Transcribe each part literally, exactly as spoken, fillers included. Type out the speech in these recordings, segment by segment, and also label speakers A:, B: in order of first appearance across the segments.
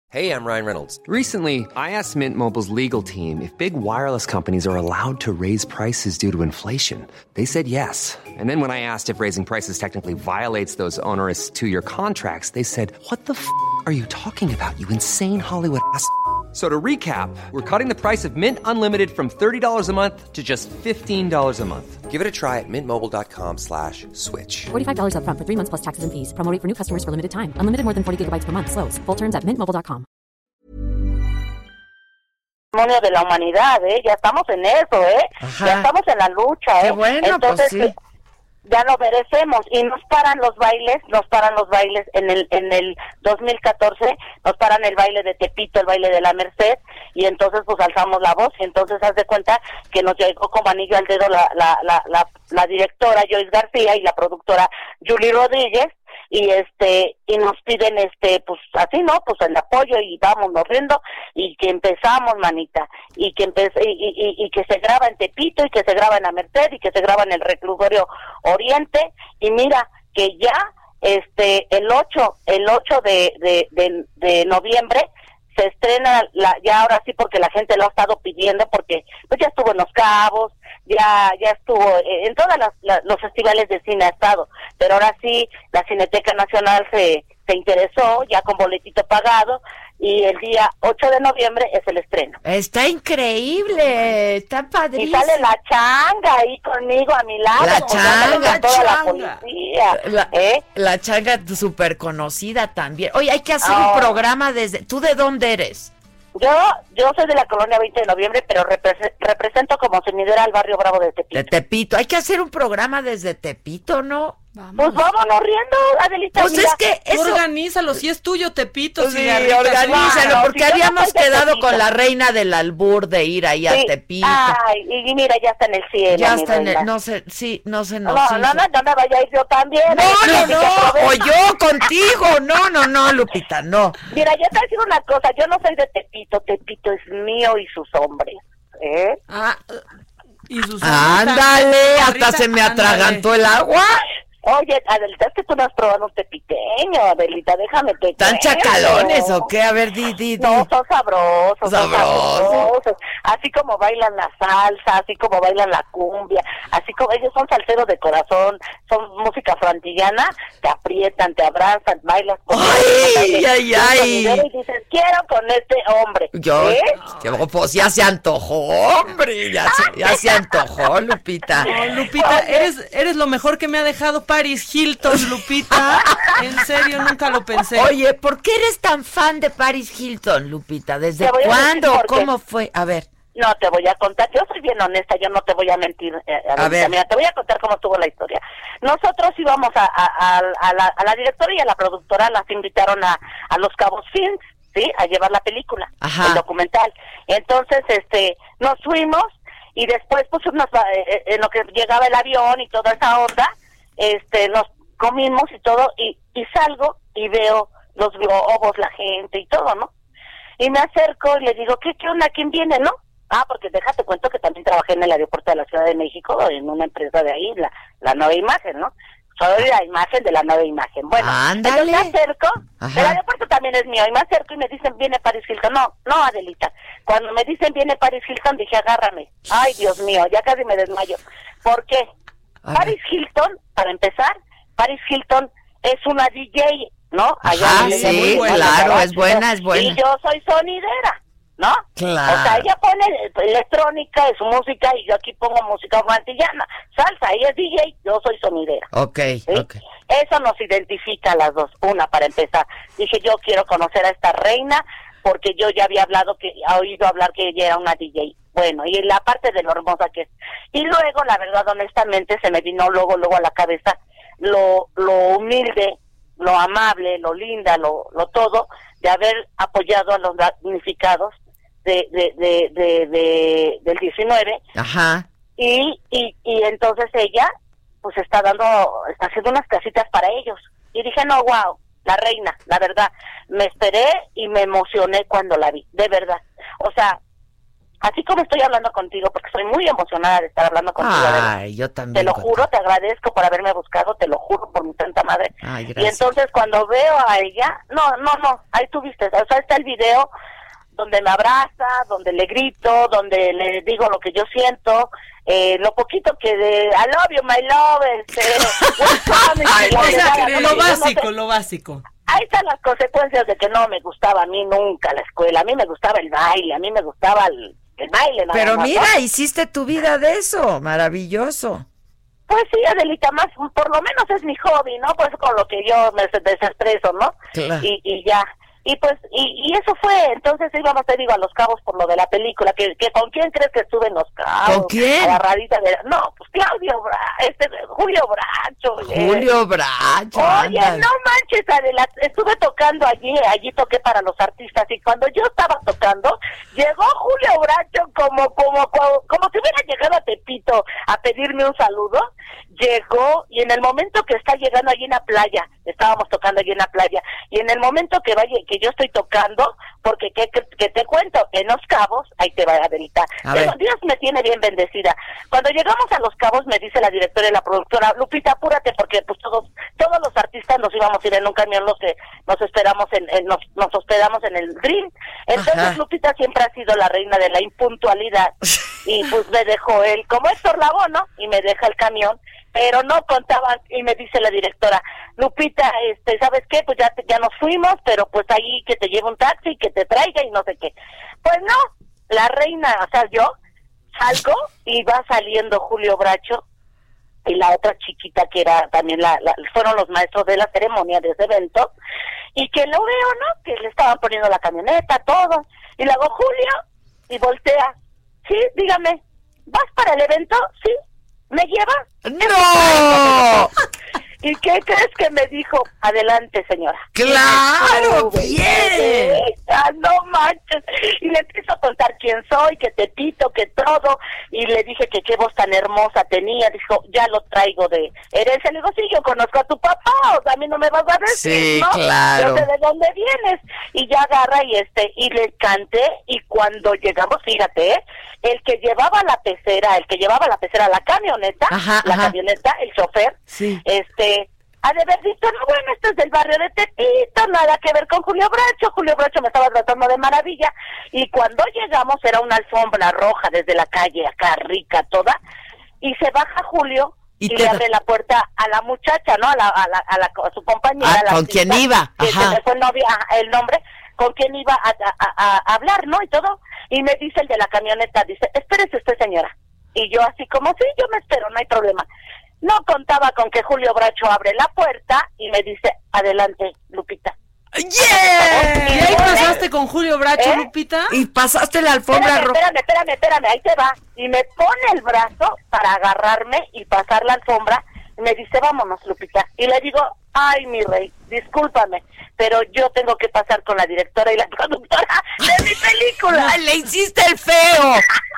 A: Hey, I'm Ryan Reynolds. Recently, I asked Mint Mobile's legal team if big wireless companies are allowed to raise prices due to inflation. They said yes. And then when I asked if raising prices technically violates those onerous two-year contracts, they said, what the f*** are you talking about, you insane Hollywood ass f- So to recap, we're cutting the price of Mint Unlimited from thirty dollars a month to just fifteen dollars a month. Give it a try at mintmobile.com slash switch.
B: forty-five dollars up front for three months plus taxes and fees. Promo rate for new customers for limited time. Unlimited more than forty gigabytes per month. Slows full terms at mint mobile dot com.
C: De la humanidad, ¿eh? Ya estamos en eso, ¿eh?
D: Ajá.
C: Ya estamos en la lucha, ¿eh?
D: Qué bueno,
C: entonces,
D: pues sí.
C: Ya lo merecemos y nos paran los bailes, nos paran los bailes en el en el dos mil catorce, nos paran el baile de Tepito, el baile de la Merced, y entonces pues alzamos la voz y entonces haz de cuenta que nos llegó como anillo al dedo la la la la, la directora Joyce García y la productora Julie Rodríguez, y este y nos piden este pues así, no, pues el apoyo y vamos riendo y que empezamos, manita, y que empe- y, y, y que se graba en Tepito y que se graba en la Merced y que se graba en el Reclusorio Oriente, y mira que ya este el ocho el ocho de de de, de noviembre se estrena la, ya ahora sí, porque la gente lo ha estado pidiendo, porque pues ya estuvo en Los Cabos, ya ya estuvo eh, en todos los festivales de cine ha estado, pero ahora sí la Cineteca Nacional se se interesó ya con boletito pagado, y el día ocho de noviembre es el estreno.
D: Está increíble, está padrísimo.
C: Y sale la changa ahí conmigo a mi lado.
D: La changa,
C: toda
D: changa.
C: la policía,
D: La,
C: ¿eh?
D: la changa súper conocida también. Oye, hay que hacer
C: Oh.
D: un programa desde... ¿Tú de dónde eres?
C: Yo yo soy de la colonia veinte de noviembre, pero repre- represento como sonidera al barrio Bravo de Tepito.
D: De Tepito. Hay que hacer un programa desde Tepito, ¿no?
C: Pues vámonos riendo, Adelita.
D: Pues
C: mira.
D: es que eso...
E: Organízalo, si es tuyo, Tepito.
D: Sí,
E: cigarritas,
D: organízalo,
C: claro,
D: porque
C: si yo no
D: habíamos
C: soy de
D: quedado
C: Tepito.
D: con la reina del albur de ir ahí a
C: Sí.
D: Tepito.
C: Ay, y mira, ya está en el cielo.
D: ya
C: mi
D: está en
C: reina.
D: el... No sé, sí, no se nos
C: No,
D: hizo.
C: no, no, no me vaya a ir yo también.
D: No, no,
C: Ay, que
D: no,
C: aprovecha.
D: o yo contigo, no, no, no, Lupita, no.
C: Mira, yo te voy a decir una cosa, yo no soy de Tepito, Tepito es mío y sus hombres, ¿eh?
E: Ah, y sus
D: Ándale, hasta
E: Rita,
D: se me
E: ándale.
D: atragantó el agua.
C: Oye, Adelita, es que tú no has probado un tepiteño, Adelita, déjame te
D: ¿Tan
C: cuento.
D: chacalones o qué? A ver, di, di, di.
C: No, son sabrosos, son
D: Sabrosos.
C: sabrosos, así como bailan la salsa, así como bailan la cumbia, así como ellos son salseros de corazón, son música frantillana, te aprietan, te abrazan, bailas con
D: Ay,
C: ellos,
D: ay,
C: con
D: ay.
C: sonidero y dices, quiero con este hombre,
D: Yo,
C: ¿eh?
D: que, pues ya se antojó, hombre, ya se, ya se antojó, Lupita.
E: No, Lupita, eres, eres lo mejor que me ha dejado Paris Hilton, Lupita. En serio, nunca lo pensé.
D: Oye, ¿por qué eres tan fan de Paris Hilton, Lupita? ¿Desde
C: Te voy a decir
D: cuándo?
C: por qué.
D: ¿Cómo fue? A ver.
C: No te voy a contar, yo soy bien honesta, yo no te voy a mentir, eh, Adelita.
D: A ver.
C: Mira, te voy a contar cómo estuvo la historia. Nosotros íbamos a, a, a, a, la, a la directora y a la productora, las invitaron a, a Los Cabos Films, ¿sí? A llevar la película,
D: Ajá.
C: el documental. Entonces, este, nos fuimos y después, pues, nos, eh, en lo que llegaba el avión y toda esa onda, este, nos comimos y todo, y, y salgo y veo los globos, la gente y todo, ¿no? Y me acerco y le digo, ¿qué, qué onda? ¿Quién viene, no? Ah, porque déjate cuento que también trabajé en el aeropuerto de la Ciudad de México, en una empresa de ahí, la, la Nueva Imagen, ¿no? Soy la imagen de la Nueva Imagen. Bueno,
D: Ándale.
C: entonces me acerco,
D: Ajá.
C: el aeropuerto también es mío, y me acerco y me dicen, viene Paris Hilton. No, no, Adelita. Cuando me dicen, viene Paris Hilton, dije, agárrame. Ay, Dios mío, ya casi me desmayo. ¿Por qué?
D: A
C: Paris
D: ver.
C: Hilton, para empezar, Paris Hilton es una D J, ¿no?
D: Ajá,
C: en ella
D: sí,
C: muy buena,
D: claro,
C: ¿verdad?
D: es buena, es buena.
C: Y yo soy sonidera, ¿no?
D: Claro.
C: O sea, ella pone electrónica de su música y yo aquí pongo música frantillana, salsa, ella es D J, yo soy sonidera.
D: Ok,
C: ¿sí?
D: ok.
C: Eso nos identifica a las dos. Una, para empezar, dije, yo quiero conocer a esta reina porque yo ya había hablado, que ha oído hablar que ella era una D J. Bueno, y la parte de lo hermosa que es. Y luego, la verdad, honestamente, se me vino luego, luego a la cabeza lo, lo humilde, lo amable, lo linda, lo, lo todo, de haber apoyado a los damnificados de, de, de, de, de, del diecinueve.
D: Ajá.
C: Y, y, y entonces ella, pues está dando, está haciendo unas casitas para ellos. Y dije, no, wow, la reina, la verdad. Me esperé y me emocioné cuando la vi, de verdad. O sea, así como estoy hablando contigo, porque estoy muy emocionada de estar hablando contigo.
D: Ay, yo también.
C: Te lo
D: Cota.
C: juro, te agradezco por haberme buscado, te lo juro por mi santa madre.
D: Ay, gracias.
C: Y entonces cuando veo a ella, no, no, no, ahí tuviste, o sea, está el video donde me abraza, donde le grito, donde le digo lo que yo siento, eh, lo poquito que de I love you, my love, este,
E: Ay,
C: la
E: o sea,
C: verdad,
E: lo
C: no,
E: básico,
C: no sé.
E: lo básico.
C: Ahí están las consecuencias de que no me gustaba a mí nunca la escuela, a mí me gustaba el baile, a mí me gustaba el, el baile. Nada
D: Pero
C: más,
D: mira,
C: ¿no?
D: hiciste tu vida de eso, maravilloso.
C: Pues sí, Adelita, más, por lo menos es mi hobby, ¿no? Pues con lo que yo me desestreso, ¿no?
D: Claro.
C: Y, y ya. Y pues, y, y eso fue, entonces íbamos, te digo, a Los Cabos por lo de la película, que, que ¿con quién crees que estuve en Los Cabos?
D: ¿Con quién?
C: Agarradita de, no, pues Claudio Bra, este, Julio Bracho.
D: Julio Bracho.
C: Oye,
D: anda.
C: no manches, Adela, estuve tocando allí, allí toqué para los artistas, y cuando yo estaba tocando, llegó Julio Bracho como, como, como, como si hubiera llegado a Tepito a pedirme un saludo, llegó, y en el momento que está llegando allí en la playa, estábamos tocando allí en la playa, y en el momento que vaya, que yo estoy tocando, porque que, que, que te cuento, en Los Cabos, ahí te va Adelita,
D: A ver.
C: Dios me tiene bien bendecida. Cuando llegamos a Los Cabos, me dice la directora y la productora, Lupita, apúrate, porque pues todos, todos los artistas nos íbamos a ir en un camión, los que nos esperamos en, en nos, nos hospedamos en el Dream. Entonces
D: Ajá.
C: Lupita siempre ha sido la reina de la impuntualidad, y pues me dejó él, como Héctor Lavoe, ¿no? Y me deja el camión, pero no contaban, y me dice la directora, Lupita, este, ¿sabes qué? Pues ya te, ya nos fuimos, pero pues ahí que te lleve un taxi, que te traiga y no sé qué. Pues no, la reina, o sea, yo salgo y va saliendo Julio Bracho y la otra chiquita que era también la, la fueron los maestros de la ceremonia de ese evento, y que lo veo, ¿no? Que le estaban poniendo la camioneta, todo, y le hago, Julio, y voltea, sí, dígame, ¿vas para el evento? Sí. ¿Me lleva?
D: ¡No!
C: ¿Y qué crees que me dijo? Adelante, señora.
D: ¡Claro!
C: Y me sube,
D: ¡Bien!
C: ah, no manches. Y le empiezo a contar quién soy, que Tepito, que todo. Y le dije que qué voz tan hermosa tenía. Dijo, ya lo traigo de herencia. Le digo, sí, yo conozco a tu papá, o sea, a mí no me vas a decir,
D: Sí,
C: ¿no?
D: claro.
C: Yo sé de dónde vienes. Y ya agarra y este, y le canté. Y cuando llegamos, fíjate, ¿eh? El que llevaba la pecera, el que llevaba la pecera, la camioneta,
D: Ajá,
C: la
D: ajá.
C: camioneta, el chofer,
D: Sí.
C: este, ha de haber dicho, no, bueno, esto es del barrio de Tepito, nada que ver con Julio Bracho. Julio Bracho me estaba tratando de maravilla, y cuando llegamos era una alfombra roja desde la calle, acá rica toda, y se baja Julio
D: Y
C: y,
D: te-
C: le abre la puerta a la muchacha, ¿no? A la, a la, a, la, a su compañera.
D: Ah,
C: la
D: ¿con
C: artista,
D: quién iba?
C: que
D: Ajá.
C: se me fue el, novio, ajá, el nombre, con quién iba a, a, a, a hablar, ¿no? Y todo, y me dice el de la camioneta, dice, espérese usted, señora. Y yo así como, sí, yo me espero, no hay problema. No contaba con que Julio Bracho abre la puerta y me dice, adelante, Lupita.
D: ¡Yeah!
E: ¿Y ahí pasaste con Julio Bracho,
C: ¿Eh?
E: Lupita?
D: Y pasaste la alfombra
C: Espérame,
D: roja.
C: espérame, espérame, espérame, ahí te va. Y me pone el brazo para agarrarme y pasar la alfombra. Y me dice, vámonos, Lupita. Y le digo, ay, mi rey, discúlpame, pero yo tengo que pasar con la directora y la productora de mi película.
D: ¡Ay, le hiciste el feo!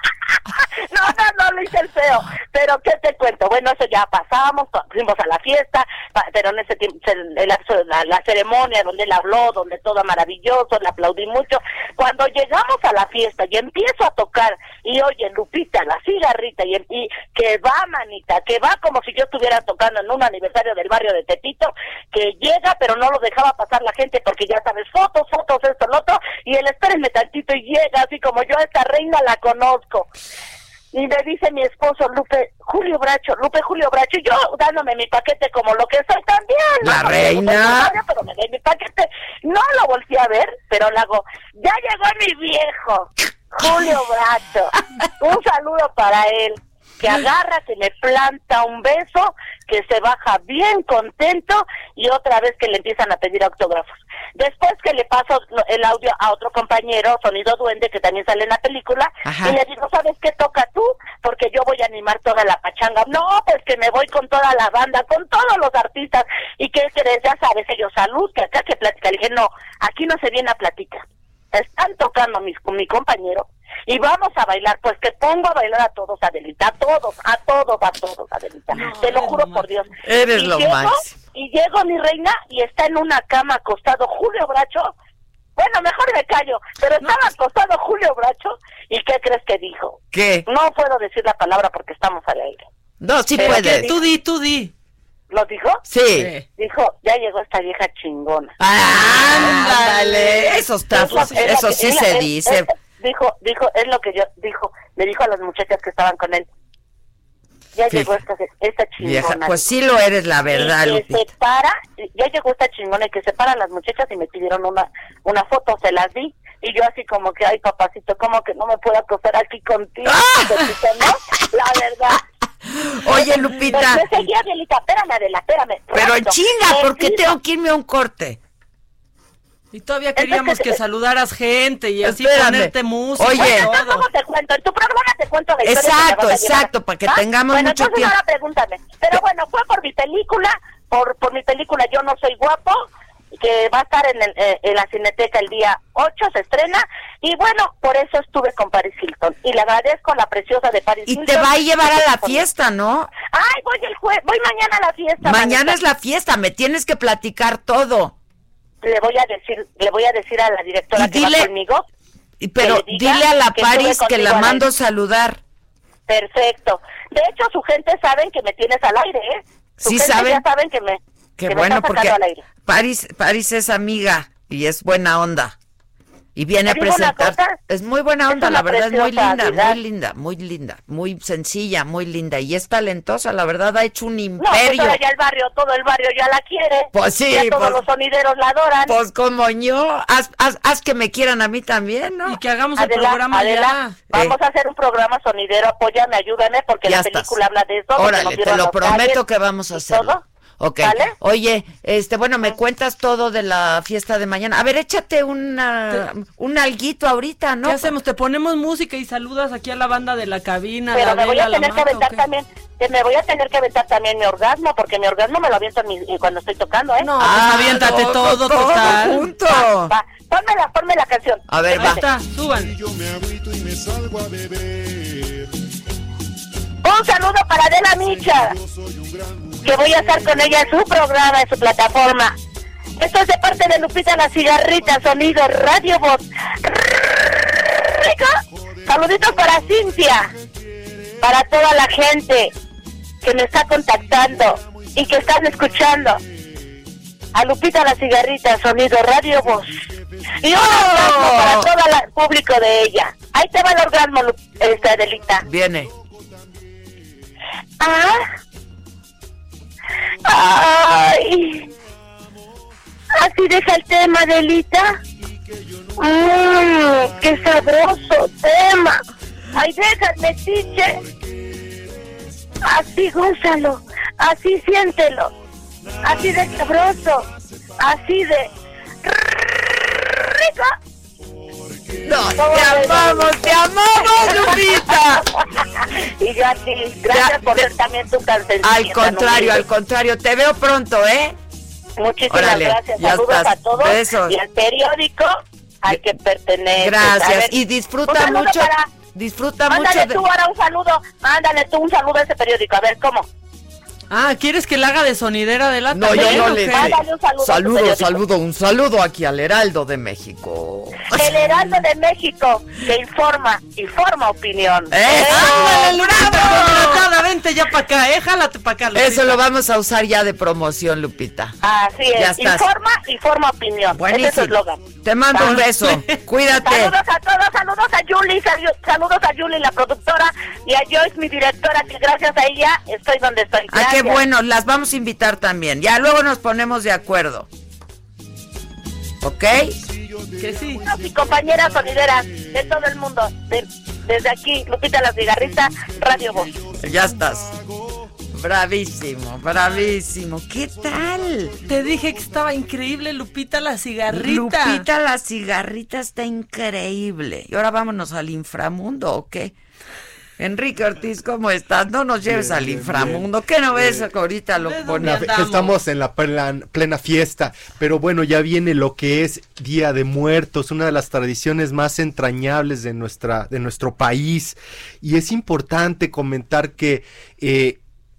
C: No, no, no, le hice el feo. Pero, ¿qué te cuento? Bueno, eso ya pasamos, fuimos a la fiesta, pa- pero en ese tiempo, se- la, la, la ceremonia donde él habló, donde todo maravilloso, le aplaudí mucho. Cuando llegamos a la fiesta y empiezo a tocar, y oye, Lupita, la cigarrita, y, y que va, manita, que va como si yo estuviera tocando en un aniversario del barrio de Tepito, que llega, pero no lo dejaba pasar la gente, porque ya sabes, fotos, fotos, esto, lo otro, y él, espérenme tantito, y llega, así como yo a esta reina la conozco. Y me dice mi esposo, Lupe, Julio Bracho, Lupe, Julio Bracho, y yo dándome mi paquete como lo que soy también. ¿no?
D: La
C: Porque yo soy
D: reina.
C: millonaria, pero me doy mi paquete. No lo volteé a ver, pero le hago, ya llegó mi viejo, Julio Bracho. Un saludo para él, que agarra, que me planta un beso, que se baja bien contento, y otra vez que le empiezan a pedir autógrafos. Después que le paso el audio a otro compañero, Sonido Duende, que también sale en la película,
D: Ajá.
C: y le digo, ¿sabes qué toca tú? Porque yo voy a animar toda la pachanga. No, pues que me voy con toda la banda, con todos los artistas. ¿Y qué crees? Ya sabes, ellos, salud, que acá que platicar. Le dije, no, aquí no se viene a platicar. Están tocando mis, con mi compañero y vamos a bailar. Pues que pongo a bailar a todos, Adelita, a todos, a todos, a todos, Adelita.
E: No,
C: Te lo
E: eres
C: juro
E: lo
C: por Dios.
D: Eres
C: Y
D: lo
C: llego,
D: máximo.
C: Y llego, mi reina, y está en una cama acostado Julio Bracho. Bueno, mejor me callo. Pero estaba no. acostado Julio Bracho, ¿y qué crees que dijo?
D: ¿Qué?
C: No puedo decir la palabra porque estamos al aire.
D: No, sí
C: pero
D: puedes.
E: Tú di, tú di.
C: ¿Lo dijo?
D: Sí.
E: sí.
C: Dijo, ya llegó esta vieja chingona.
D: ¡Ándale! Eso está,
C: Es lo-
D: eso,
C: es lo que-
D: sí
C: es-
D: se
C: es-
D: dice.
C: es- dijo, dijo, es lo que yo, dijo, le dijo a las muchachas que estaban con él. Ya
D: Fija-
C: llegó esta, esta chingona.
D: Vieja, pues sí lo eres, la verdad,
C: y que
D: Lupita.
C: se para, ya llegó esta chingona y que se paran las muchachas y me pidieron una una foto, se las di. Y yo así como que, ay papacito, como que no me puedo acostar aquí contigo, Lupita, ¿no? La verdad.
D: Oye, Lupita.
C: Pues yo seguía, Adelita, espérame, Adela, espérame.
D: Pero en
C: rápido.
D: chinga,
C: Me
D: porque
C: pido-
D: tengo que irme a un corte.
E: Y todavía queríamos
C: Entonces,
E: que saludaras gente y así
D: espérame.
E: ponerte música.
D: Oye.
E: y
C: Bueno,
E: todo.
C: ¿cómo te cuento? En tu programa te cuento la historia.
D: Exacto,
C: que te vas a llevar.
D: exacto, para que
C: ¿Va?
D: tengamos
C: bueno,
D: mucho
C: entonces
D: tiempo.
C: ahora pregúntame. Pero bueno, fue por mi película, por por mi película Yo no soy guapo, que va a estar en, el, eh, en la Cineteca el día ocho, se estrena, y bueno, por eso estuve con Paris Hilton, y le agradezco a la preciosa de Paris
D: Y
C: Hilton.
D: te va a llevar a la
C: Con-
D: fiesta, ¿no?
C: Ay, voy el jue voy mañana a la fiesta.
D: Mañana
C: manita.
D: es la fiesta, me tienes que platicar todo.
C: Le voy a decir, le voy a decir a la directora
D: Y
C: que
D: dile-
C: va conmigo.
D: Y pero
C: Que le diga
D: dile a la
C: que estuve
D: Paris que
C: contigo
D: la
C: al
D: mando
C: aire.
D: saludar.
C: Perfecto. De hecho, su gente saben que me tienes al aire, ¿eh? Su
D: Sí
C: gente
D: saben.
C: ya saben que me,
D: Qué
C: que me
D: bueno,
C: están
D: porque
C: sacando al aire.
D: Paris, Paris es amiga y es buena onda. Y viene a
C: ¿Te digo una
D: presentar.
C: cosa?
D: Es muy buena
C: Es
D: onda,
C: una
D: la verdad, es muy
C: preciosa,
D: linda,
C: ¿verdad?
D: muy linda, muy linda, muy sencilla, muy linda. Y es talentosa, la verdad, ha hecho un
C: No, pues
D: imperio.
C: ahora ya el barrio, todo el barrio ya la quiere.
D: Pues sí,
C: Ya todos
D: pues-
C: los sonideros la adoran.
D: Pues como yo, haz, haz, haz que me quieran a mí también, ¿no?
E: Y que hagamos el
C: Adela,
E: programa
C: Adela,
E: ya.
C: vamos
D: Eh.
C: a hacer un programa sonidero, apóyame, ayúdame, porque
D: Ya
C: la
D: estás.
C: película habla de eso. de que
D: Órale,
C: nos
D: te
C: dieron
D: lo
C: los
D: prometo
C: calles
D: que vamos a
C: y
D: hacerlo.
C: todo.
D: Ok.
C: ¿Vale?
D: Oye, este, bueno, me cuentas todo de la fiesta de mañana. A ver, échate una, un alguito ahorita, ¿no?
E: ¿Qué hacemos? ¿Te ponemos música y saludas aquí a la banda de la cabina?
C: Pero
E: la
C: me voy
E: Adela,
C: a
E: la
C: tener que
E: Marta,
C: aventar
E: ¿o qué?
C: también, que me voy a tener que aventar también mi orgasmo, porque mi orgasmo me lo aviento en mi- cuando estoy tocando, ¿eh?
E: No, pues aviéntate
D: no,
E: todo,
D: todo
E: total.
D: junto.
C: Va, ponme la, ponme la canción.
D: A ver,
E: Ahí
D: va.
E: está, suban.
F: Yo me agüito y me salgo a beber.
C: Un saludo para Adela Micha,
F: Yo soy un gran
C: que voy a estar con ella en su programa, en su plataforma. Esto es de parte de Lupita La Cigarrita, sonido Radio Voz. Rico. Saluditos para Cintia, para toda la gente que me está contactando y que están escuchando. A Lupita La Cigarrita, sonido Radio Voz. Y un orgasmo para todo el público de ella. Ahí te va el orgasmo, Lu- esta Adelita.
D: Viene.
C: Ah. Ay. Así deja el tema, Adelita. Mmm, qué sabroso tema. Ay, déjame, chiche. Así gózalo, así siéntelo, así de sabroso, así de rico.
D: No, te amamos, te amamos, Lupita.
C: Y yo a ti, gracias
D: Ya,
C: por
D: te-
C: ser también tu canción.
D: Al contrario, al contrario, te veo pronto, ¿eh?
C: Muchísimas
D: Órale,
C: gracias,
D: ya
C: saludos
D: estás.
C: a todos.
D: Besos.
C: Y al periódico al que pertenece.
D: Gracias. Y disfruta mucho, disfruta mucho
C: Mándale
D: de...
C: tú ahora un saludo, mándale tú un saludo a ese periódico, a ver, ¿cómo?
E: Ah, ¿quieres que la haga de sonidera de lata?
D: No, yo
E: también,
D: no
E: o
D: le
E: qué?
D: sé.
C: Mándale un saludo a tu
D: Saludo,
C: periódico.
D: saludo, un saludo aquí al Heraldo de México.
C: El Heraldo de México, que informa y forma opinión.
D: ¡Eso!
E: ¡Ándale, Lupita,
D: ¡Bravo!
E: contratada! Vente ya para acá, eh, jálate para acá, Lupita.
D: Eso lo vamos a usar ya de promoción, Lupita.
C: Así
D: Ya
C: es,
D: estás.
C: informa y forma opinión. Ese es su
D: Buenísimo.
C: eslogan.
D: Te mando un
C: Va.
D: beso. Cuídate.
C: Saludos a todos, saludos a Julie, sal- saludos a Julie, la productora, y a Joyce, mi directora, que gracias a ella estoy donde estoy.
D: Ah, qué
C: Gracias.
D: bueno, las vamos a invitar también. Ya luego nos ponemos de acuerdo. ¿Ok?
E: Que sí.
C: Amigos y compañeras sonideras de todo el mundo, de- desde aquí, Lupita La Cigarrita, Radio Voz.
D: Ya estás. Bravísimo, bravísimo. ¿Qué tal?
E: Te dije que estaba increíble, Lupita La Cigarrita.
D: Lupita La Cigarrita está increíble. Y ahora vámonos al inframundo, ¿o qué? Enrique Ortiz, ¿cómo estás? No nos lleves
F: Bien,
D: al
F: bien,
D: inframundo. ¿Qué no ves
F: Bien.
D: que ahorita lo
E: ¿Ves
D: ponen?
E: dónde
F: La fe- que
E: andamos?
F: estamos en la plan- plena fiesta, pero bueno, ya viene lo que es Día de Muertos, una de las tradiciones más entrañables de nuestra, de nuestro país, y es importante comentar que eh,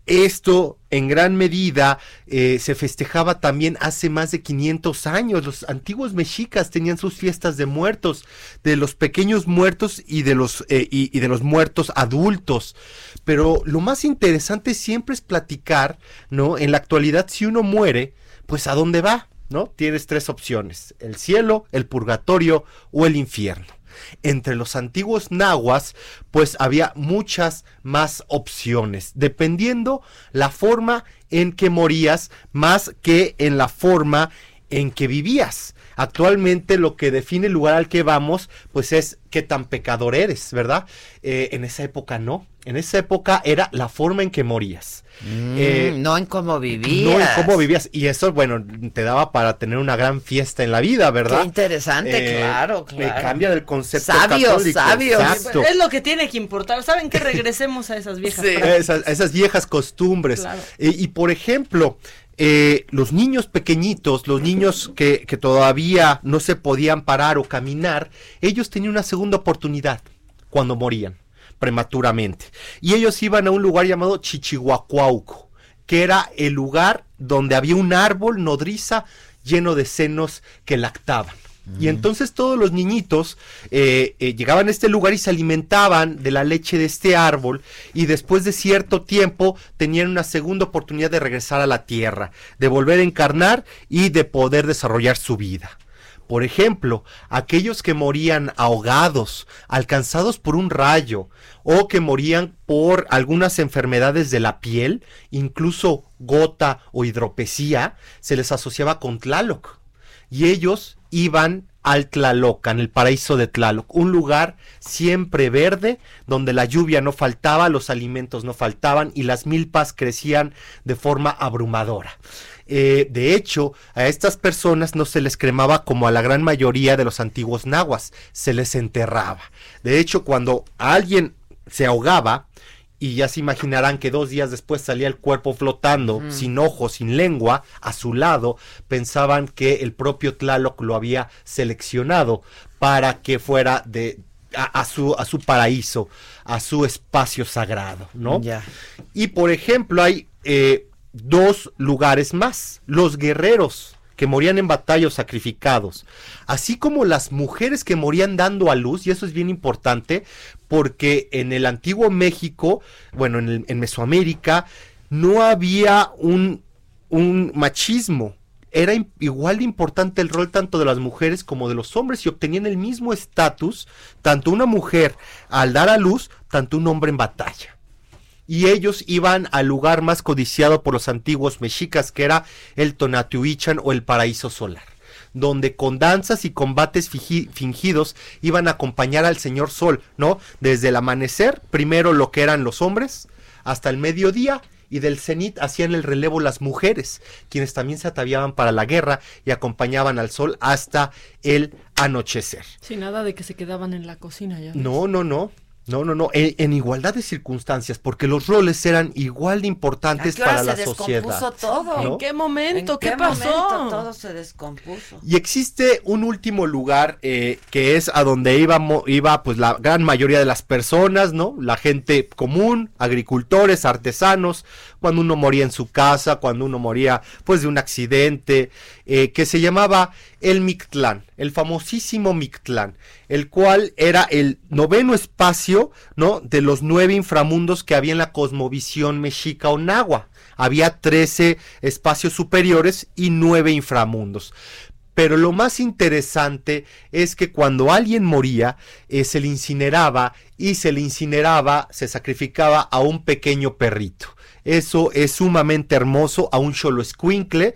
F: Esto en gran medida eh, se festejaba también hace más de quinientos años. Los antiguos mexicas tenían sus fiestas de muertos, de los pequeños muertos y de los, eh, y, y de los muertos adultos. Pero lo más interesante siempre es platicar, ¿no? En la actualidad, si uno muere, pues ¿a dónde va? ¿No? Tienes tres opciones: el cielo, el purgatorio o el infierno. Entre los antiguos nahuas, pues había muchas más opciones, dependiendo la forma en que morías, más que en la forma en que vivías. Actualmente lo que define el lugar al que vamos, pues es qué tan pecador eres, ¿verdad? Eh, en esa época no, en esa época era la forma en que morías.
D: Mm,
F: eh,
D: no en cómo vivías.
F: No en cómo vivías, y eso, bueno, te daba para tener una gran fiesta en la vida, ¿verdad?
D: Qué interesante,
F: Eh,
D: claro,
F: eh,
D: claro.
F: Cambia del concepto
D: Sabios,
F: católico.
D: sabios.
F: Exacto.
E: Es lo que tiene que importar. ¿Saben qué? Regresemos a esas viejas
D: Sí.
E: prácticas.
F: Esas, esas viejas costumbres.
E: Claro.
F: Eh, y por ejemplo, eh, los niños pequeñitos, los niños que, que todavía no se podían parar o caminar, ellos tenían una segunda oportunidad cuando morían prematuramente. Y ellos iban a un lugar llamado Chichihuacuauco, que era el lugar donde había un árbol nodriza lleno de senos que lactaban. Y entonces todos los niñitos eh, eh, llegaban a este lugar y se alimentaban de la leche de este árbol, y después de cierto tiempo tenían una segunda oportunidad de regresar a la tierra, de volver a encarnar y de poder desarrollar su vida. Por ejemplo, aquellos que morían ahogados, alcanzados por un rayo, o que morían por algunas enfermedades de la piel, incluso gota o hidropesía, se les asociaba con Tlaloc. Y ellos iban al Tlalocan, el paraíso de Tlaloc, un lugar siempre verde, donde la lluvia no faltaba, los alimentos no faltaban y las milpas crecían de forma abrumadora. Eh, de hecho, a estas personas no se les cremaba como a la gran mayoría de los antiguos nahuas, se les enterraba. De hecho, cuando alguien se ahogaba, y ya se imaginarán que dos días después salía el cuerpo flotando, mm. sin ojos, sin lengua, a su lado, pensaban que el propio Tlaloc lo había seleccionado para que fuera de a, a su a su paraíso, a su espacio sagrado, ¿no?
D: Ya.
F: Y por ejemplo, hay eh, dos lugares más: los guerreros que morían en batalla o sacrificados, así como las mujeres que morían dando a luz. Y eso es bien importante, porque en el antiguo México, bueno, en, el, en Mesoamérica, no había un, un machismo. Era im- igual de importante el rol tanto de las mujeres como de los hombres, y obtenían el mismo estatus, tanto una mujer al dar a luz, tanto un hombre en batalla. Y ellos iban al lugar más codiciado por los antiguos mexicas, que era el Tonatiuhichan, o el paraíso solar, donde con danzas y combates fiji- fingidos iban a acompañar al señor sol, ¿no? Desde el amanecer, primero lo que eran los hombres, hasta el mediodía, y del cenit hacían el relevo las mujeres, quienes también se ataviaban para la guerra y acompañaban al sol hasta el anochecer.
E: Sin nada de que se quedaban en la cocina ya.
F: No, no, no. No, no, no, en, en igualdad de circunstancias, porque los roles eran igual de importantes
D: ¿A qué hora
F: para la
D: se
F: sociedad.
D: descompuso todo?
F: ¿no?
E: ¿En qué momento?
D: ¿En
E: ¿Qué,
D: qué
E: pasó?
D: momento todo se descompuso?
F: Y existe un último lugar eh, que es a donde iba, iba pues la gran mayoría de las personas, ¿no? La gente común, agricultores, artesanos, cuando uno moría en su casa, cuando uno moría pues de un accidente, eh, que se llamaba el Mictlán, el famosísimo Mictlán, el cual era el noveno espacio, ¿no? De los nueve inframundos que había en la cosmovisión mexica o nahua. Había trece espacios superiores y nueve inframundos. Pero lo más interesante es que cuando alguien moría, eh, se le incineraba, y se le incineraba, se sacrificaba a un pequeño perrito. Eso es sumamente hermoso, a un xoloescuincle,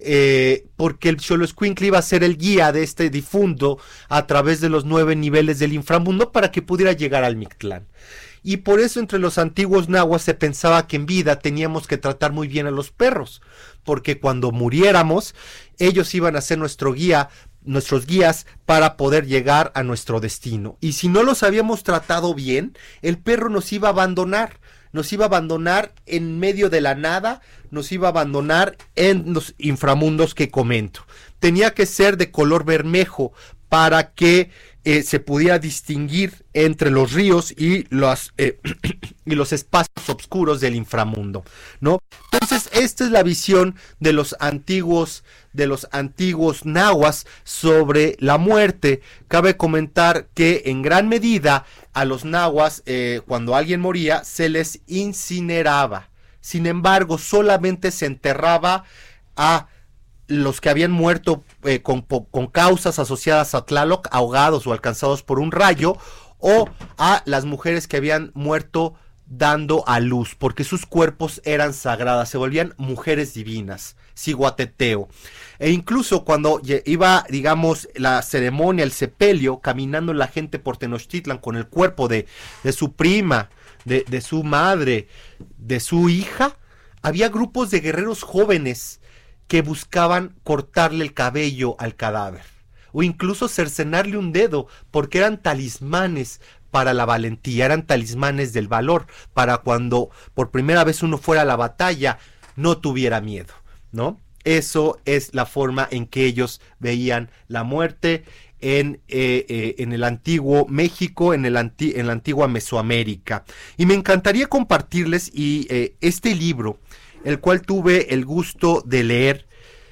F: eh, porque el xoloescuincle iba a ser el guía de este difunto a través de los nueve niveles del inframundo para que pudiera llegar al Mictlán. Y por eso entre los antiguos nahuas se pensaba que en vida teníamos que tratar muy bien a los perros, porque cuando muriéramos, ellos iban a ser nuestro guía, nuestros guías para poder llegar a nuestro destino. Y si no los habíamos tratado bien, el perro nos iba a abandonar. Nos iba a abandonar en medio de la nada, nos iba a abandonar en los inframundos que comento. Tenía que ser de color bermejo para que eh, se pudiera distinguir entre los ríos y los, eh, y los espacios oscuros del inframundo, ¿no? Entonces, esta es la visión de los antiguos, de los antiguos nahuas sobre la muerte. Cabe comentar que en gran medida a los nahuas, eh, cuando alguien moría, se les incineraba. Sin embargo, solamente se enterraba a los que habían muerto eh, con, con causas asociadas a Tlaloc, ahogados o alcanzados por un rayo, o a las mujeres que habían muerto dando a luz, porque sus cuerpos eran sagradas, se volvían mujeres divinas, ciguateteo. E incluso cuando iba, digamos, la ceremonia, el sepelio, caminando la gente por Tenochtitlan con el cuerpo de, de su prima, de, de su madre, de su hija, había grupos de guerreros jóvenes que buscaban cortarle el cabello al cadáver, o incluso cercenarle un dedo, porque eran talismanes para la valentía, eran talismanes del valor, para cuando por primera vez uno fuera a la batalla, no tuviera miedo, ¿no? Eso es la forma en que ellos veían la muerte en, eh, eh, en el antiguo México, en, el anti- en la antigua Mesoamérica. Y me encantaría compartirles y eh, este libro, el cual tuve el gusto de leer,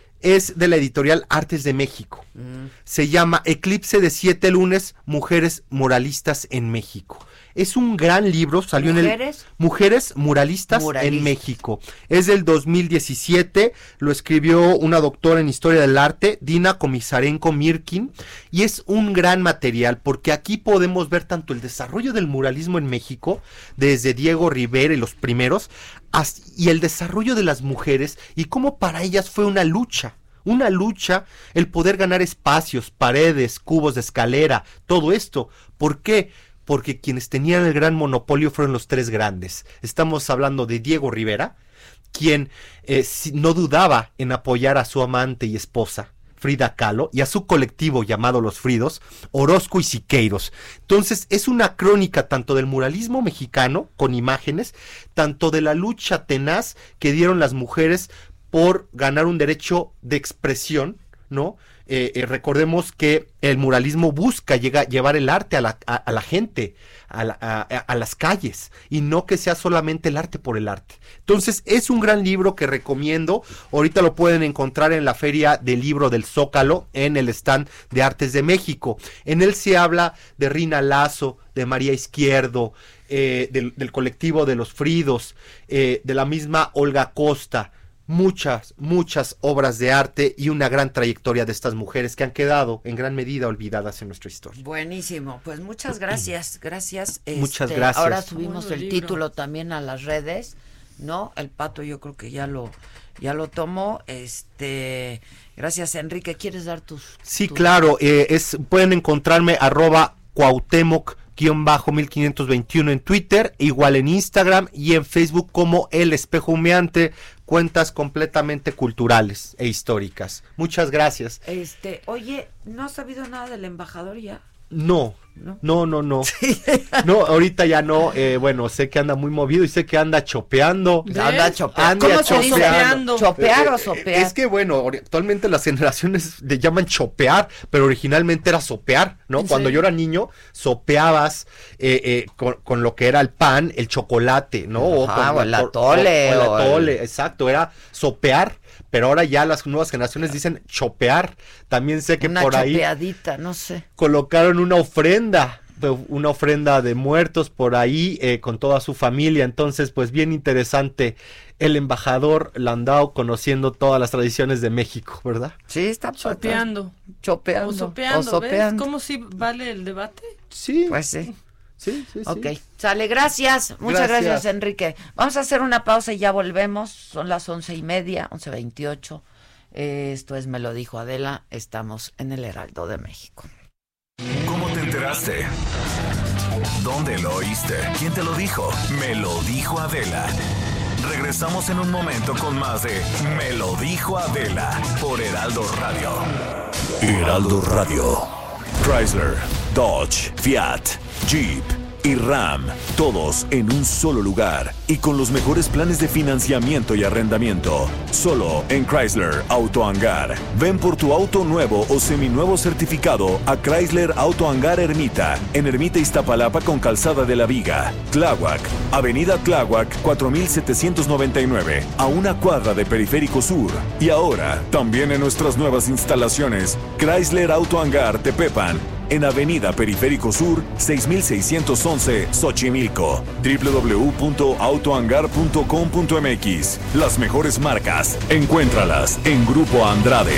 F: es de la editorial Artes de México. Mm. Se llama Eclipse de siete lunes, Mujeres Muralistas en México. Es un gran libro, salió
D: ¿Mujeres?
F: en el Mujeres Muralistas, Muralistas en México. Es del dos mil diecisiete, lo escribió una doctora en Historia del Arte, Dina Komisarenko Mirkin, y es un gran material porque aquí podemos ver tanto el desarrollo del muralismo en México, desde Diego Rivera y los primeros, hasta, y el desarrollo de las mujeres y cómo para ellas fue una lucha. Una lucha el poder ganar espacios, paredes, cubos de escalera, todo esto. ¿Por qué? Porque quienes tenían el gran monopolio fueron los tres grandes. Estamos hablando de Diego Rivera, quien eh, no dudaba en apoyar a su amante y esposa, Frida Kahlo, y a su colectivo llamado Los Fridos, Orozco y Siqueiros. Entonces es una crónica tanto del muralismo mexicano, con imágenes, tanto de la lucha tenaz que dieron las mujeres por ganar un derecho de expresión, ¿no? Eh, eh, recordemos que el muralismo busca llega, llevar el arte a la, a, a la gente, a, la, a, a las calles, y no que sea solamente el arte por el arte. Entonces es un gran libro que recomiendo. Ahorita lo pueden encontrar en la Feria del Libro del Zócalo, en el stand de Artes de México. En él se habla de Rina Lazo, de María Izquierdo, eh, del, del colectivo de Los Fridos, eh, de la misma Olga Costa. Muchas, muchas obras de arte y una gran trayectoria de estas mujeres que han quedado en gran medida olvidadas en nuestra historia.
D: Buenísimo, pues muchas gracias, gracias.
F: Muchas
D: este,
F: gracias.
D: Ahora subimos
E: Bueno,
D: el
E: libro.
D: título también a las redes, ¿no? El Pato yo creo que ya lo, ya lo tomó. Este, gracias, Enrique. ¿Quieres dar tus?
F: Sí,
D: tus...
F: claro, eh, es, pueden encontrarme arroba Cuauhtémoc guión bajo mil quinientos veintiuno en Twitter, igual en Instagram y en Facebook como El Espejo Humeante, cuentas completamente culturales e históricas. Muchas gracias.
D: Este, oye, ¿no has sabido nada del embajador ya?
F: No,
D: ¿No?
F: no, no, no. Sí. No, ahorita ya no. Eh, bueno, sé que anda muy movido y sé que anda chopeando.
E: ¿Ves?
D: Anda chopeando.
F: Anda
D: ¿Cómo se dice?
E: chopeando.
D: ¿Chopear
F: Eh,
D: o
F: eh,
D: sopear?
F: Es que bueno, ori- actualmente las generaciones le llaman chopear, pero originalmente era sopear, ¿no?
E: ¿En
F: Cuando
E: serio?
F: yo era niño, sopeabas eh, eh, con, con lo que era el pan, el chocolate, ¿no?
D: Ajá,
F: con-
D: o el
F: con-
D: atole,
F: O, o el
D: o el-
F: atole, exacto, era sopear, pero ahora ya las nuevas generaciones dicen chopear. También sé que
D: Una
F: por ahí
D: chopeadita, no sé.
F: colocaron una ofrenda, una ofrenda de muertos por ahí eh, con toda su familia. Entonces, pues bien interesante el embajador Landau conociendo todas las tradiciones de México, ¿verdad?
D: Sí, está
E: Chopeando.
D: Chopeando.
E: O sopeando,
D: o sopeando.
E: ¿ves? ¿Cómo si vale el debate?
F: Sí,
D: Pues sí.
F: sí, sí, sí.
D: Ok, sale, gracias, muchas gracias.
F: Gracias.
D: Enrique. Vamos a hacer una pausa y ya volvemos, son las once y media, once veintiocho, eh, esto es Me lo dijo Adela, estamos en el Heraldo de México.
G: ¿Cómo te enteraste? ¿Dónde lo oíste? ¿Quién te lo dijo? Me lo dijo Adela. Regresamos en un momento con más de Me lo dijo Adela por Heraldo Radio. Heraldo Radio. Chrysler, Dodge, Fiat, Jeep, y RAM, todos en un solo lugar y con los mejores planes de financiamiento y arrendamiento. Solo en Chrysler Auto Hangar. Ven por tu auto nuevo o seminuevo certificado a Chrysler Auto Hangar Ermita, en Ermita Iztapalapa con Calzada de la Viga. Tláhuac, Avenida Tláhuac cuatro mil setecientos noventa y nueve, a una cuadra de Periférico Sur. Y ahora, también en nuestras nuevas instalaciones, Chrysler Auto Hangar Tepepan, en Avenida Periférico Sur, seis mil seiscientos once, Xochimilco. doble u doble u doble u punto autohangar punto com punto m x. Las mejores marcas, encuéntralas en Grupo Andrade.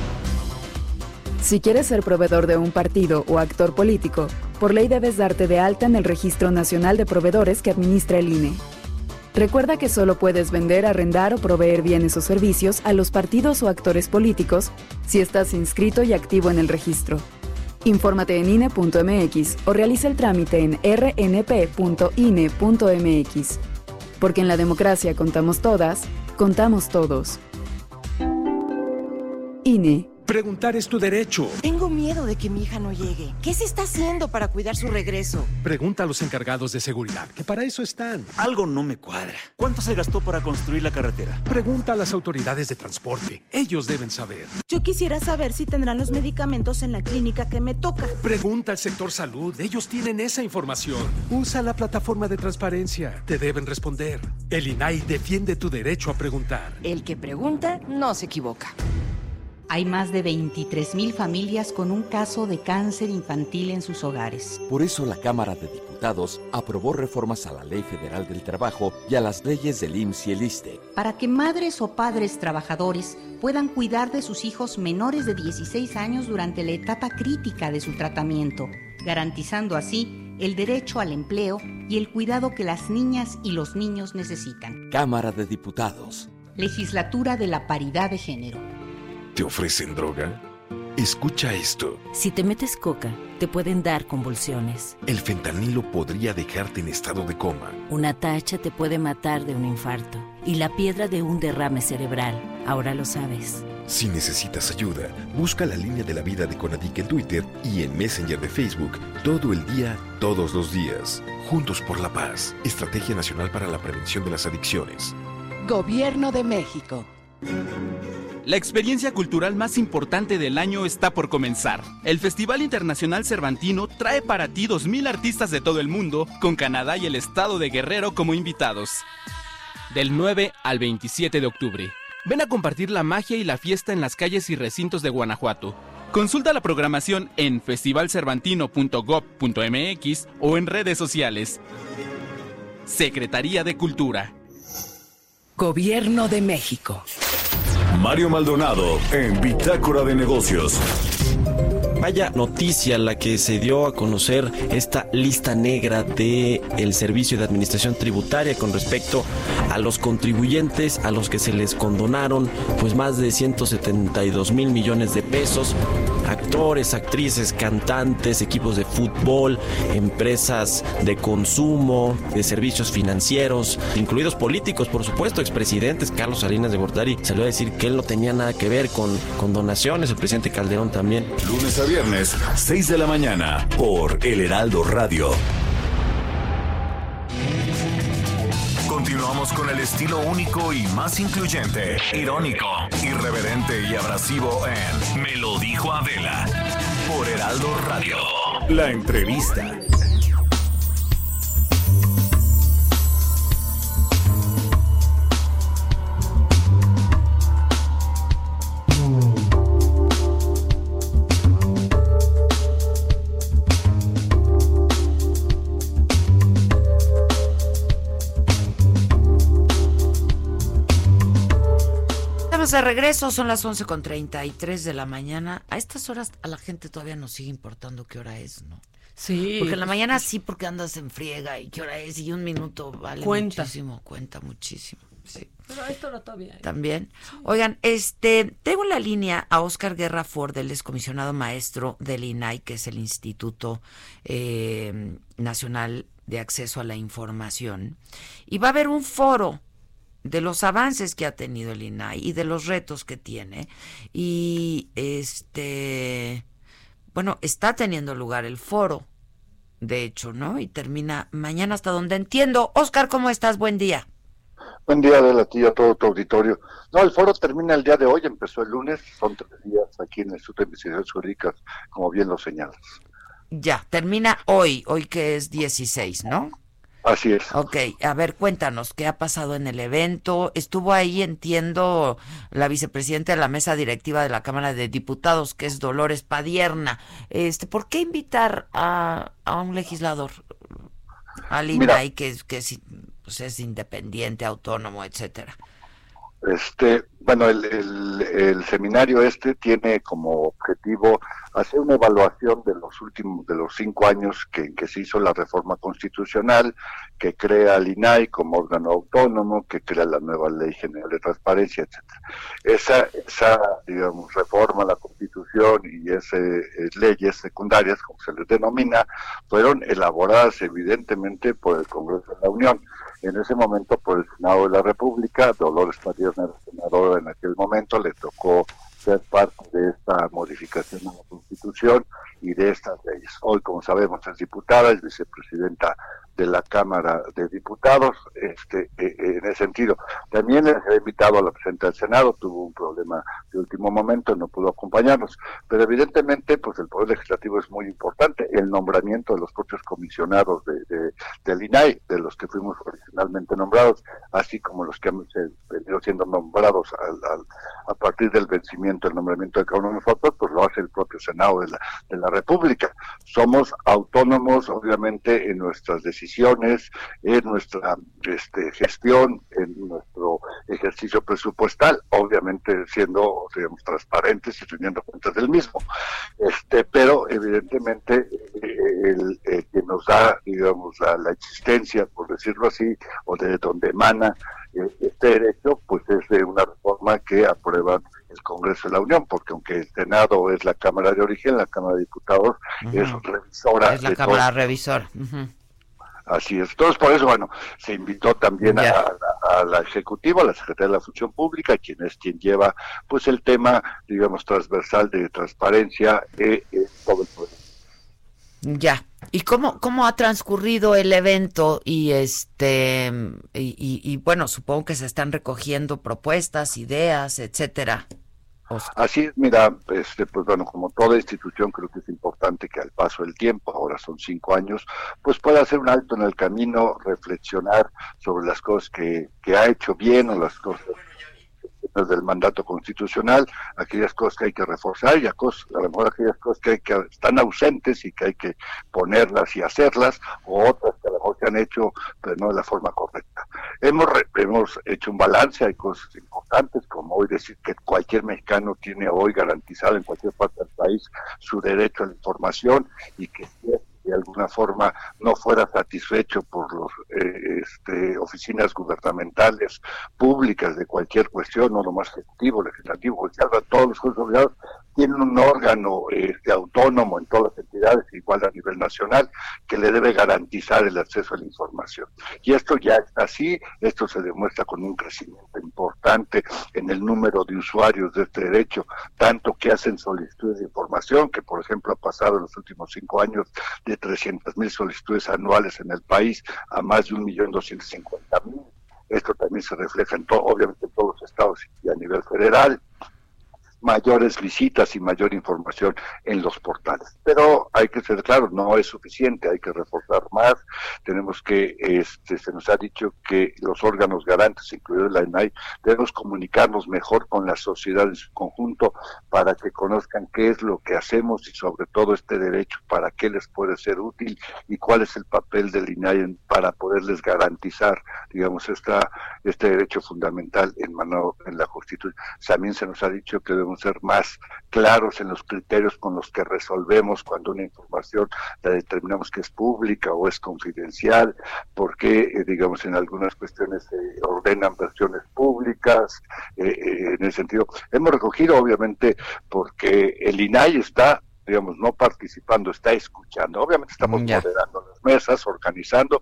H: Si quieres ser proveedor de un partido o actor político, por ley debes darte de alta en el Registro Nacional de Proveedores que administra el I N E. Recuerda que solo puedes vender, arrendar o proveer bienes o servicios a los partidos o actores políticos si estás inscrito y activo en el registro. Infórmate en I N E punto m x o realiza el trámite en r n p punto i n e punto m x. Porque en la democracia contamos todas, contamos todos. I N E.
I: Preguntar es tu derecho.
J: Tengo miedo de que mi hija no llegue. ¿Qué se está haciendo para cuidar su regreso?
I: Pregunta a los encargados de seguridad, que para eso están.
K: Algo no me cuadra. ¿Cuánto se gastó para construir la carretera?
I: Pregunta a las autoridades de transporte. Ellos deben saber.
J: Yo quisiera saber si tendrán los medicamentos en la clínica que me toca.
I: Pregunta al sector salud. Ellos tienen esa información. Usa la plataforma de transparencia. Te deben responder. El I N A I defiende tu derecho a preguntar.
J: El que pregunta no se equivoca.
L: Hay más de veintitrés mil familias con un caso de cáncer infantil en sus hogares.
M: Por eso la Cámara de Diputados aprobó reformas a la Ley Federal del Trabajo y a las leyes del I M S S y el ISSSTE.
L: Para que madres o padres trabajadores puedan cuidar de sus hijos menores de dieciséis años durante la etapa crítica de su tratamiento, garantizando así el derecho al empleo y el cuidado que las niñas y los niños necesitan.
M: Cámara de Diputados.
L: Legislatura de la Paridad de Género.
N: ¿Te ofrecen droga? Escucha esto.
O: Si te metes coca, te pueden dar convulsiones.
N: El fentanilo podría dejarte en estado de coma.
O: Una tacha te puede matar de un infarto. Y la piedra de un derrame cerebral. Ahora lo sabes.
N: Si necesitas ayuda, busca la línea de la vida de CONADIC en Twitter y en Messenger de Facebook todo el día, todos los días. Juntos por la paz. Estrategia Nacional para la Prevención de las Adicciones.
P: Gobierno de México.
Q: La experiencia cultural más importante del año está por comenzar. El Festival Internacional Cervantino trae para ti dos mil artistas de todo el mundo, con Canadá y el estado de Guerrero como invitados. Del nueve al veintisiete de octubre. Ven a compartir la magia y la fiesta en las calles y recintos de Guanajuato. Consulta la programación en festival cervantino punto gob punto m x o en redes sociales. Secretaría de Cultura.
P: Gobierno de México.
G: Mario Maldonado en Bitácora de Negocios.
R: Vaya noticia la que se dio a conocer esta lista negra de el Servicio de Administración Tributaria con respecto a los contribuyentes a los que se les condonaron pues más de ciento setenta y dos mil millones de pesos. Actores, actrices, cantantes, equipos de fútbol, empresas de consumo, de servicios financieros, incluidos políticos, por supuesto, expresidentes. Carlos Salinas de Gortari salió a decir que él no tenía nada que ver con, con donaciones, el presidente Calderón también.
G: Lunes a viernes, seis de la mañana, por El Heraldo Radio. Continuamos con el estilo único y más incluyente, irónico, irreverente y abrasivo en Me lo dijo Adela por Heraldo Radio. La entrevista.
D: De regreso, son las once con treinta y tres de la mañana. A estas horas a la gente todavía nos sigue importando qué hora es, ¿no?
E: Sí.
D: Porque en la mañana sí, porque andas en friega y qué hora es y un minuto vale
E: cuenta.
D: muchísimo, cuenta muchísimo. Sí.
E: Pero a esta hora todavía. ¿eh?
D: También. Sí. Oigan, este, tengo en la línea a Óscar Guerra Ford, el excomisionado maestro del I N A I, que es el Instituto eh, Nacional de Acceso a la Información. Y va a haber un foro de los avances que ha tenido el I N A I y de los retos que tiene. Y este, bueno, está teniendo lugar el foro de hecho, ¿no? Y termina mañana, hasta donde entiendo. Óscar, ¿cómo estás? Buen día.
S: Buen día, Adela, a ti y a todo tu auditorio. No, el foro termina el día de hoy, empezó el lunes, son tres días aquí en el Instituto de Investigaciones Jurídicas, como bien lo señalas.
D: Ya, termina hoy, hoy que es dieciséis, ¿no?
S: Así es.
D: Ok, a ver, cuéntanos, ¿qué ha pasado en el evento? Estuvo ahí, entiendo, la vicepresidenta de la mesa directiva de la Cámara de Diputados, que es Dolores Padierna. Este, ¿por qué invitar a, a un legislador, al I N A I, que, que es, pues es independiente, autónomo, etcétera?
S: Este, bueno, el, el, el seminario este tiene como objetivo hacer una evaluación de los últimos, de los cinco años que, en que se hizo la reforma constitucional, que crea al I N A I como órgano autónomo, que crea la nueva Ley General de Transparencia, etcétera. Esa, esa, digamos, reforma a la Constitución y esas leyes secundarias, como se les denomina, fueron elaboradas evidentemente por el Congreso de la Unión. En ese momento por el Senado de la República. Dolores Padierna era senadora en aquel momento, le tocó ser parte de esta modificación a la Constitución y de estas leyes. Hoy, como sabemos, es diputada, es vicepresidenta de la Cámara de Diputados, este, eh, en ese sentido. También les he invitado a la presidenta del Senado, tuvo un problema de último momento, no pudo acompañarnos, pero evidentemente pues el Poder Legislativo es muy importante, el nombramiento de los propios comisionados de, de, del I N A I, de los que fuimos originalmente nombrados, así como los que han venido siendo nombrados al, al, a partir del vencimiento del nombramiento de cada uno de nosotros, pues lo hace el propio Senado de la, de la República. Somos autónomos, obviamente, en nuestras decisiones, en nuestra este, gestión, en nuestro ejercicio presupuestal, obviamente siendo, digamos, transparentes y teniendo cuentas del mismo. Este, pero evidentemente eh, el, el que nos da, digamos, la, la existencia, por decirlo así, o de donde emana eh, este derecho, pues es de una reforma que aprueba el Congreso de la Unión, porque aunque el Senado es la Cámara de origen, la Cámara de Diputados uh-huh. es revisora.
D: Es la
S: de
D: Cámara
S: todo.
D: revisora. Uh-huh.
S: Así es. Entonces, por eso, bueno, se invitó también a, a, a la Ejecutiva, a la Secretaría de la Función Pública, quien es quien lleva, pues, el tema, digamos, transversal de transparencia en eh, todo el poder.
D: Ya. ¿Y cómo cómo ha transcurrido el evento? Y este y, y, y bueno, supongo que se están recogiendo propuestas, ideas, etcétera.
S: Así es, mira, este, pues bueno, como toda institución creo que es importante que al paso del tiempo, ahora son cinco años, pues pueda hacer un alto en el camino, reflexionar sobre las cosas que, que ha hecho bien o las cosas del mandato constitucional, aquellas cosas que hay que reforzar y a, cosas, a lo mejor aquellas cosas que, hay que están ausentes y que hay que ponerlas y hacerlas, o otras que a lo mejor se han hecho, pero no de la forma correcta. Hemos, hemos hecho un balance, hay cosas importantes, como hoy decir que cualquier mexicano tiene hoy garantizado en cualquier parte del país su derecho a la información y que si es de alguna forma no fuera satisfecho por las eh, este, oficinas gubernamentales públicas de cualquier cuestión, no nomás ejecutivo, legislativo, judicial, todos los jueces obligados tienen un órgano eh, autónomo en todas las entidades, igual a nivel nacional, que le debe garantizar el acceso a la información. Y esto ya está así, esto se demuestra con un crecimiento importante en el número de usuarios de este derecho, tanto que hacen solicitudes de información, que por ejemplo ha pasado en los últimos cinco años de trescientas mil solicitudes anuales en el país a más de un millón doscientos cincuenta mil. Esto también se refleja en todo, obviamente en todos los estados y a nivel federal. Mayores visitas y mayor información en los portales. Pero hay que ser claro, no es suficiente, hay que reforzar más. Tenemos que, este, se nos ha dicho que los órganos garantes, incluido la I N A I, debemos comunicarnos mejor con la sociedad en su conjunto para que conozcan qué es lo que hacemos y sobre todo este derecho, para qué les puede ser útil y cuál es el papel del I N A I para poderles garantizar, digamos, esta, este derecho fundamental en, mano, en la Constitución. También se nos ha dicho que debemos ser más claros en los criterios con los que resolvemos cuando una información la determinamos que es pública o es confidencial, porque eh, digamos en algunas cuestiones se eh, ordenan versiones públicas, eh, eh, en ese sentido. Hemos recogido obviamente porque el I N A I está, digamos, no participando, está escuchando. Obviamente estamos yeah. moderando las mesas, organizando,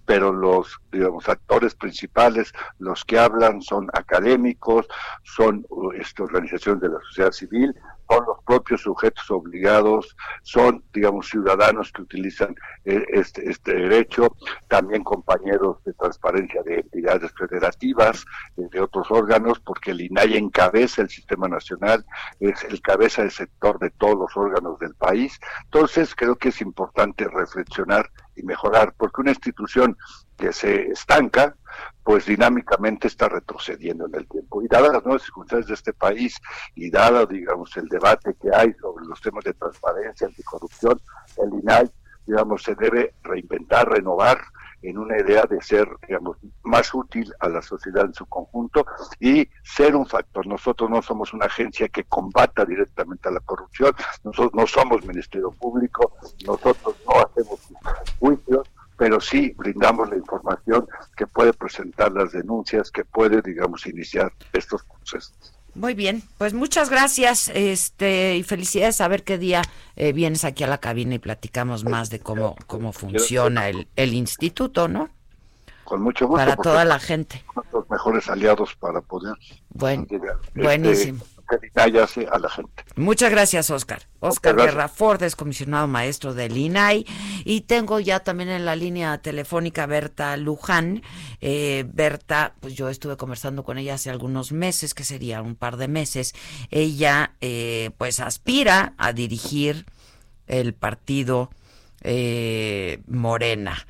S: pero los, digamos, actores principales, los que hablan son académicos, son este, organizaciones de la sociedad civil, son los propios sujetos obligados, son, digamos, ciudadanos que utilizan eh, este, este derecho, también compañeros de transparencia de entidades federativas, eh, de otros órganos, porque el I N A I encabeza el sistema nacional, es el cabeza del sector de todos los órganos del país. Entonces, creo que es importante reflexionar y mejorar, porque una institución que se estanca, pues dinámicamente está retrocediendo en el tiempo. Y dadas las nuevas circunstancias de este país y dado, digamos, el debate que hay sobre los temas de transparencia, anticorrupción, el I N A I, digamos, se debe reinventar, renovar en una idea de ser, digamos, más útil a la sociedad en su conjunto y ser un factor. Nosotros no somos una agencia que combata directamente a la corrupción, nosotros no somos Ministerio Público, nosotros no hacemos juicios, pero sí brindamos la información que puede presentar las denuncias, que puede, digamos, iniciar estos procesos.
D: Muy bien, pues muchas gracias, este y felicidades. A ver qué día eh, vienes aquí a la cabina y platicamos más de cómo cómo funciona el, el instituto, ¿no?
S: Con mucho gusto.
D: Para toda la gente.
S: Los mejores aliados para poder
D: Buen,
S: llegar,
D: buenísimo.
S: Este, que el I N A I hace a la gente.
D: Muchas gracias, Óscar. Óscar Guerra Ford es comisionado maestro del I N A I. Y tengo ya también en la línea telefónica Berta Luján. Eh, Berta, pues yo estuve conversando con ella hace algunos meses, que sería un par de meses. Ella, eh, pues aspira a dirigir el partido eh, Morena.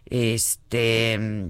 D: Este...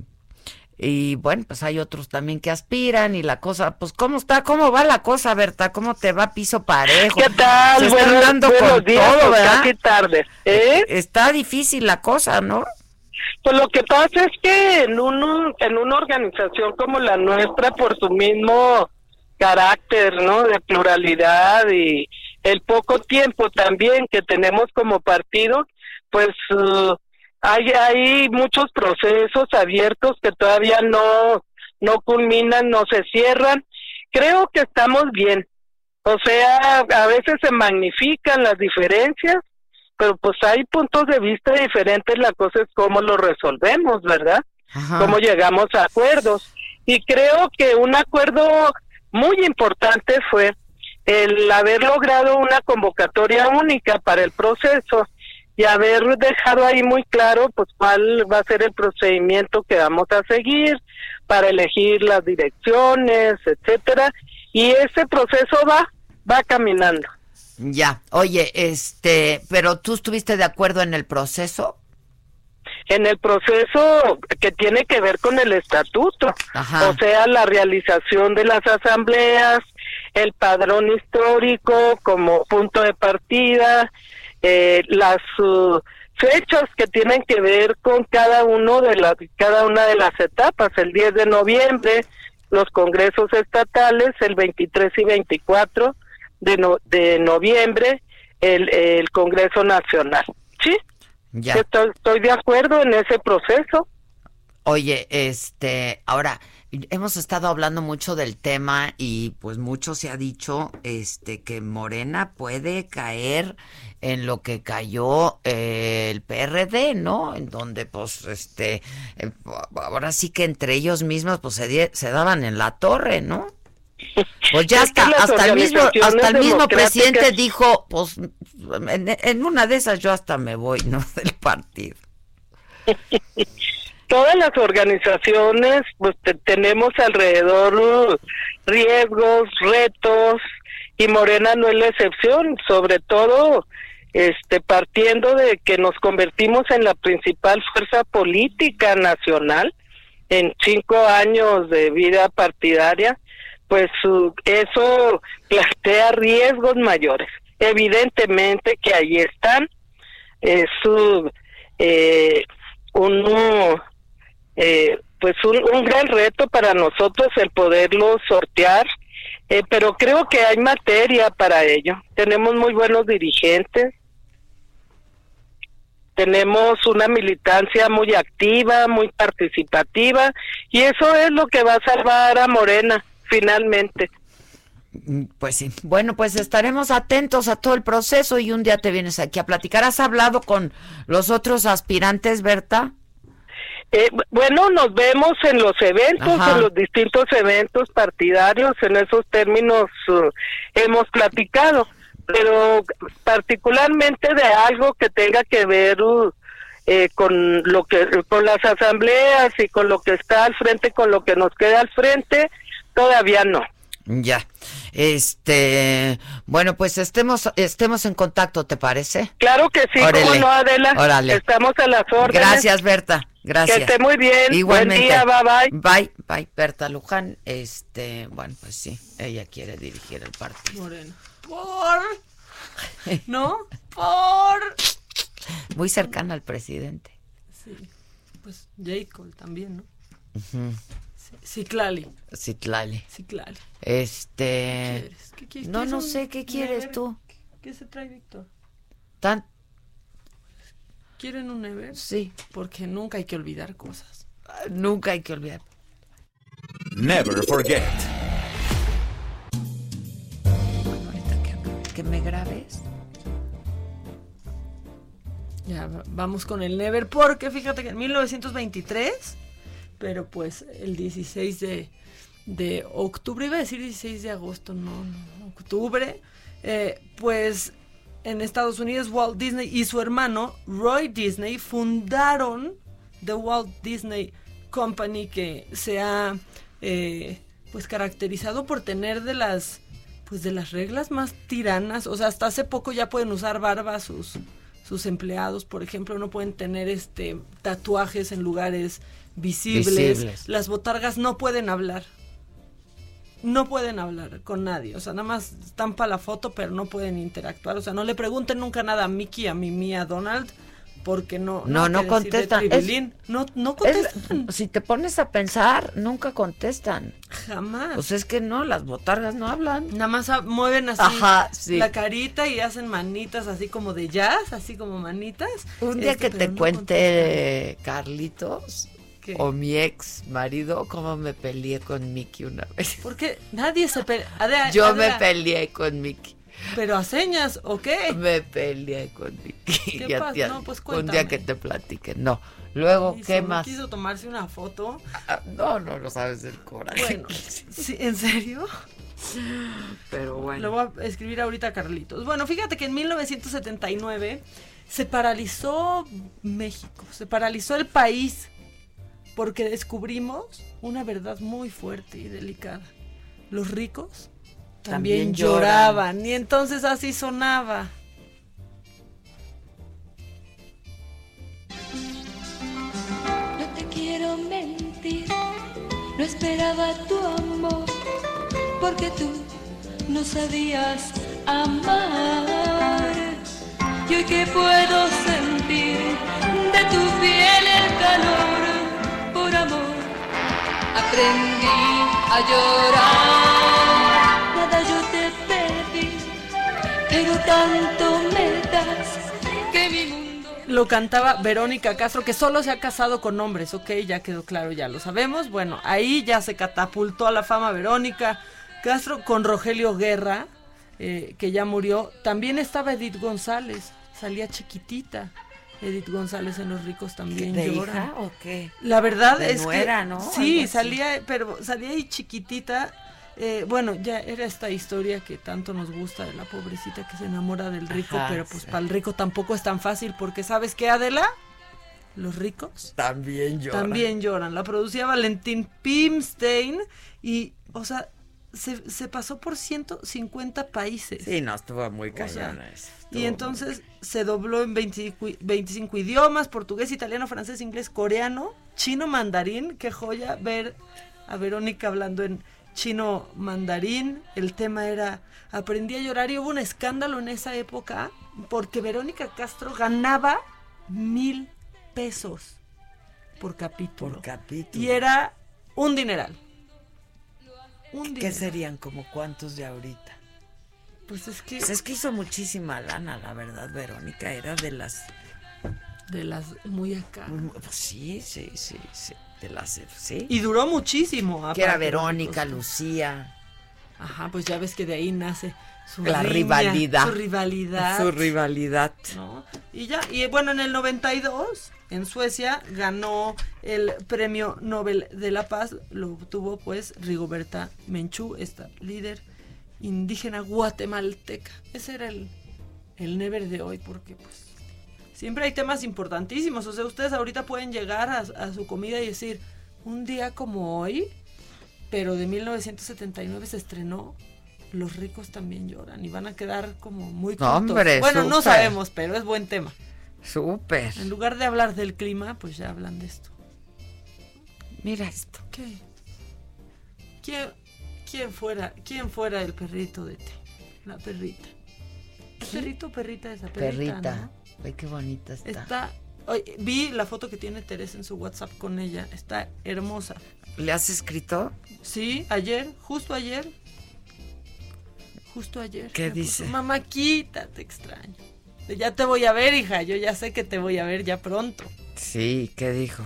D: Y bueno, pues hay otros también que aspiran y la cosa, pues ¿cómo está? ¿Cómo va la cosa, Berta? ¿Cómo te va piso parejo?
T: ¿Qué tal?
D: Se están
T: Buenos,
D: dando
T: buenos
D: con
T: días,
D: todo, ¿verdad?
T: casi tarde. ¿Eh?
D: Está difícil la cosa, ¿no?
T: Pues lo que pasa es que en, un, en una organización como la nuestra, por su mismo carácter, ¿no? De pluralidad y el poco tiempo también que tenemos como partido, pues... Uh, Hay, hay muchos procesos abiertos que todavía no, no culminan, no se cierran. Creo que estamos bien. O sea, a veces se magnifican las diferencias, pero pues hay puntos de vista diferentes. La cosa es cómo lo resolvemos, ¿verdad? Ajá. Cómo llegamos a acuerdos. Y creo que un acuerdo muy importante fue el haber logrado una convocatoria única para el proceso y haber dejado ahí muy claro pues cuál va a ser el procedimiento que vamos a seguir para elegir las direcciones, etcétera, y ese proceso va va caminando.
D: Ya, oye, este, pero ¿tú estuviste de acuerdo en el proceso?
T: En el proceso que tiene que ver con el estatuto, Ajá. o sea, la realización de las asambleas, el padrón histórico como punto de partida, Eh, las uh, fechas que tienen que ver con cada uno de las cada una de las etapas, el diez de noviembre, los congresos estatales, el veintitrés y veinticuatro de, no, de noviembre, el, el Congreso Nacional. ¿Sí?
D: Ya.
T: Estoy, estoy de acuerdo en ese proceso.
D: Oye, este, ahora, hemos estado hablando mucho del tema y pues mucho se ha dicho este que Morena puede caer en lo que cayó eh, el P R D, ¿no? En donde pues este eh, ahora sí que entre ellos mismos pues se, die, se daban en la torre, ¿no? Pues ya hasta hasta el mismo hasta el mismo presidente dijo, pues en, en una de esas yo hasta me voy, ¿no? Del partido.
T: Todas las organizaciones pues te, tenemos alrededor uh, riesgos, retos, y Morena no es la excepción, sobre todo este partiendo de que nos convertimos en la principal fuerza política nacional en cinco años de vida partidaria, pues uh, eso plantea riesgos mayores. Evidentemente que ahí están, es uh, eh, un... Eh, pues un, un gran reto para nosotros el poderlo sortear, eh, pero creo que hay materia para ello. Tenemos muy buenos dirigentes, tenemos una militancia muy activa, muy participativa, y eso es lo que va a salvar a Morena finalmente.
D: Pues sí, bueno, pues estaremos atentos a todo el proceso y un día te vienes aquí a platicar. ¿Has hablado con los otros aspirantes, Berta?
T: Eh, bueno, nos vemos en los eventos, Ajá. en los distintos eventos partidarios, en esos términos uh, hemos platicado, pero particularmente de algo que tenga que ver uh, eh, con lo que con las asambleas y con lo que está al frente, con lo que nos queda al frente, todavía no.
D: Ya, este, bueno, pues estemos estemos en contacto, ¿te parece?
T: Claro que sí,
D: Órale.
T: ¿Cómo no, Adela?
D: Órale.
T: Estamos a las órdenes.
D: Gracias, Berta, gracias.
T: Que esté muy bien.
D: Igualmente.
T: Buen día, bye, bye.
D: Bye, bye, Berta Luján, este, bueno, pues sí, ella quiere dirigir el partido.
E: Moreno. Por, ¿no? Por.
D: Muy cercana al presidente.
E: Sí, pues J. Cole también, ¿no?
D: Uh-huh.
E: Citlali.
D: Citlali.
E: Citlali.
D: Este.
E: ¿Qué quieres? ¿Qué
D: no,
E: quieres
D: no
E: un...
D: sé, ¿qué quieres
E: Never?
D: tú?
E: ¿Qué se trae, Víctor?
D: ¿Tan?
E: ¿Quieren un Never?
D: Sí.
E: Porque nunca hay que olvidar cosas.
D: Uh, nunca hay que olvidar.
G: Never forget.
D: Bueno, ahorita que, que me grabes.
E: Ya, vamos con el Never, porque fíjate que en mil novecientos veintitrés... pero pues el dieciséis de, de octubre, iba a decir dieciséis de agosto, no, no, octubre, eh, pues en Estados Unidos Walt Disney y su hermano Roy Disney fundaron The Walt Disney Company, que se ha eh, pues caracterizado por tener de las pues de las reglas más tiranas. O sea, hasta hace poco ya pueden usar barba sus sus empleados, por ejemplo, no pueden tener este tatuajes en lugares Visibles. visibles. Las botargas no pueden hablar. No pueden hablar con nadie. O sea, nada más están para la foto, pero no pueden interactuar. O sea, no le pregunten nunca nada a Mickey, a Mimi, a Donald, porque no...
D: No, no, no contestan. Es,
E: no, no contestan.
D: Es, si te pones a pensar, nunca contestan.
E: Jamás.
D: Pues es que no, las botargas no hablan.
E: Nada más a, mueven así
D: Ajá, sí.
E: la carita y hacen manitas así como de jazz, así como manitas.
D: Un día
E: este,
D: que te
E: no
D: cuente, Carlitos...
E: ¿Qué?
D: O mi ex marido, cómo me peleé con Mickey una vez.
E: Porque nadie se pelea.
D: Yo Adela. me peleé con Mickey.
E: ¿Pero a señas o qué?
D: Me peleé con Mickey.
E: ¿Qué
D: ya,
E: pasa?
D: Ya,
E: no, pues cuéntame.
D: Un día que te platique. No. Luego,
E: ¿Y
D: ¿qué
E: si
D: más?
E: quiso tomarse una foto?
D: Ah, no, no lo sabes el coraje.
E: Bueno, ¿sí, ¿en serio?
D: Pero bueno.
E: Lo voy a escribir ahorita a Carlitos. Bueno, fíjate que en mil novecientos setenta y nueve se paralizó México, se paralizó el país, porque descubrimos una verdad muy fuerte y delicada. Los ricos también, también lloraban. lloraban, y entonces así sonaba.
U: No te quiero mentir, no esperaba tu amor, porque tú no sabías amar. Y hoy que puedo sentir de tu piel el calor, por amor aprendí a llorar. Nada yo te pedí, pero tanto me das que mi mundo...
E: Lo cantaba Verónica Castro, que solo se ha casado con hombres, ok, ya quedó claro, ya lo sabemos. Bueno, ahí ya se catapultó a la fama Verónica Castro con Rogelio Guerra, eh, que ya murió. También estaba Edith González, salía chiquitita. Edith González en Los Ricos también
D: ¿De
E: llora.
D: hija o qué?
E: La verdad
D: de
E: es
D: nuera,
E: que
D: ¿no?
E: sí, salía, pero salía ahí chiquitita. Eh, bueno, ya era esta historia que tanto nos gusta de la pobrecita que se enamora del rico, Ajá, pero pues sí. Para el rico tampoco es tan fácil, porque ¿sabes qué, Adela? Los ricos
D: también lloran.
E: También lloran. La producía Valentín Pimstein y, o sea, se, se pasó por ciento cincuenta países.
D: Sí, no, estuvo muy cañona.
E: O sea,
D: eso.
E: Y entonces se dobló en veinticinco, veinticinco idiomas: portugués, italiano, francés, inglés, coreano, chino, mandarín. Qué joya ver a Verónica hablando en chino mandarín. El tema era Aprendí a llorar, y hubo un escándalo en esa época porque Verónica Castro ganaba mil pesos por capítulo.
D: Por capítulo.
E: Y era un dineral. Un
D: ¿Qué
E: dineral.
D: serían como cuántos de ahorita?
E: Pues es que...
D: Pues es que hizo muchísima lana, la verdad, Verónica. Era de las...
E: De las muy acá.
D: Pues sí, sí, sí, sí. De las... Sí.
E: Y duró muchísimo.
D: Que era Verónica, Lucía.
E: Ajá, pues ya ves que de ahí nace su
D: la
E: riña,
D: rivalidad.
E: Su rivalidad.
D: Su rivalidad.
E: ¿No? Y ya, y bueno, en el noventa y dos, en Suecia, ganó el Premio Nobel de la Paz, lo obtuvo pues Rigoberta Menchú, esta líder indígena guatemalteca. Ese era el, el Never de hoy, porque pues siempre hay temas importantísimos. O sea, ustedes ahorita pueden llegar a, a su comida y decir, un día como hoy, pero de mil novecientos setenta y nueve se estrenó Los ricos también lloran, y van a quedar como muy
D: no,
E: cultos.
D: hombre,
E: bueno,
D: super.
E: No sabemos, pero es buen tema.
D: Súper.
E: En lugar de hablar del clima, pues ya hablan de esto.
D: Mira esto.
E: ¿Qué? ¿Quién, quién fuera, quién fuera el perrito de té? La perrita. ¿Es perrito o perrita esa? Perrita,
D: Perrita.
E: ¿no?
D: Ay, qué bonita está.
E: Está, oye, vi la foto que tiene Teresa en su WhatsApp con ella. Está hermosa.
D: ¿Le has escrito?
E: Sí, ayer, justo ayer. Justo ayer.
D: ¿Qué dice?
E: Puso, mamá, quítate, extraño. Ya te voy a ver, hija. Yo ya sé que te voy a ver ya pronto.
D: Sí, ¿qué dijo?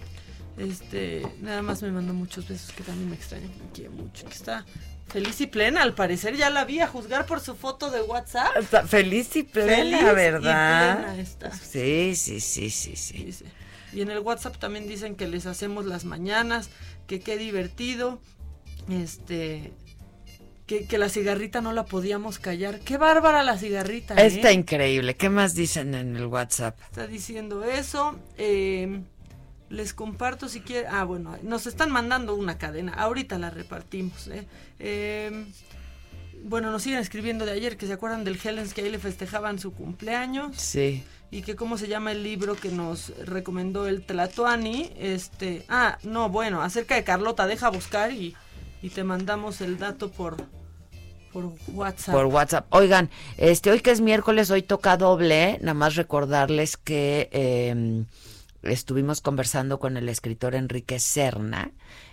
E: Este, nada más me mandó muchos besos, que también me extraña, que me quiere mucho, que está feliz y plena, al parecer ya la vi, a juzgar por su foto de WhatsApp.
D: Está feliz y plena,
E: feliz
D: ¿verdad?
E: Y plena está.
D: Sí, sí, sí, sí, sí.
E: Dice. Y en el WhatsApp también dicen que les hacemos las mañanas, que qué divertido, este, que, que la cigarrita no la podíamos callar. Qué bárbara la cigarrita, ¿eh?
D: Está increíble. ¿Qué más dicen en el WhatsApp?
E: Está diciendo eso. Eh, les comparto si quieren. Ah, bueno, nos están mandando una cadena. Ahorita la repartimos. ¿eh? Eh, bueno, nos siguen escribiendo de ayer que se acuerdan del Helens, que ahí le festejaban su cumpleaños.
D: Sí.
E: Y que cómo se llama el libro que nos recomendó el Tlatoani. Este, ah, no, bueno, acerca de Carlota, deja buscar y, y te mandamos el dato por, por WhatsApp.
D: Por WhatsApp. Oigan, este, hoy que es miércoles, hoy toca doble, ¿eh? Nada más recordarles que eh, estuvimos conversando con el escritor Enrique Serna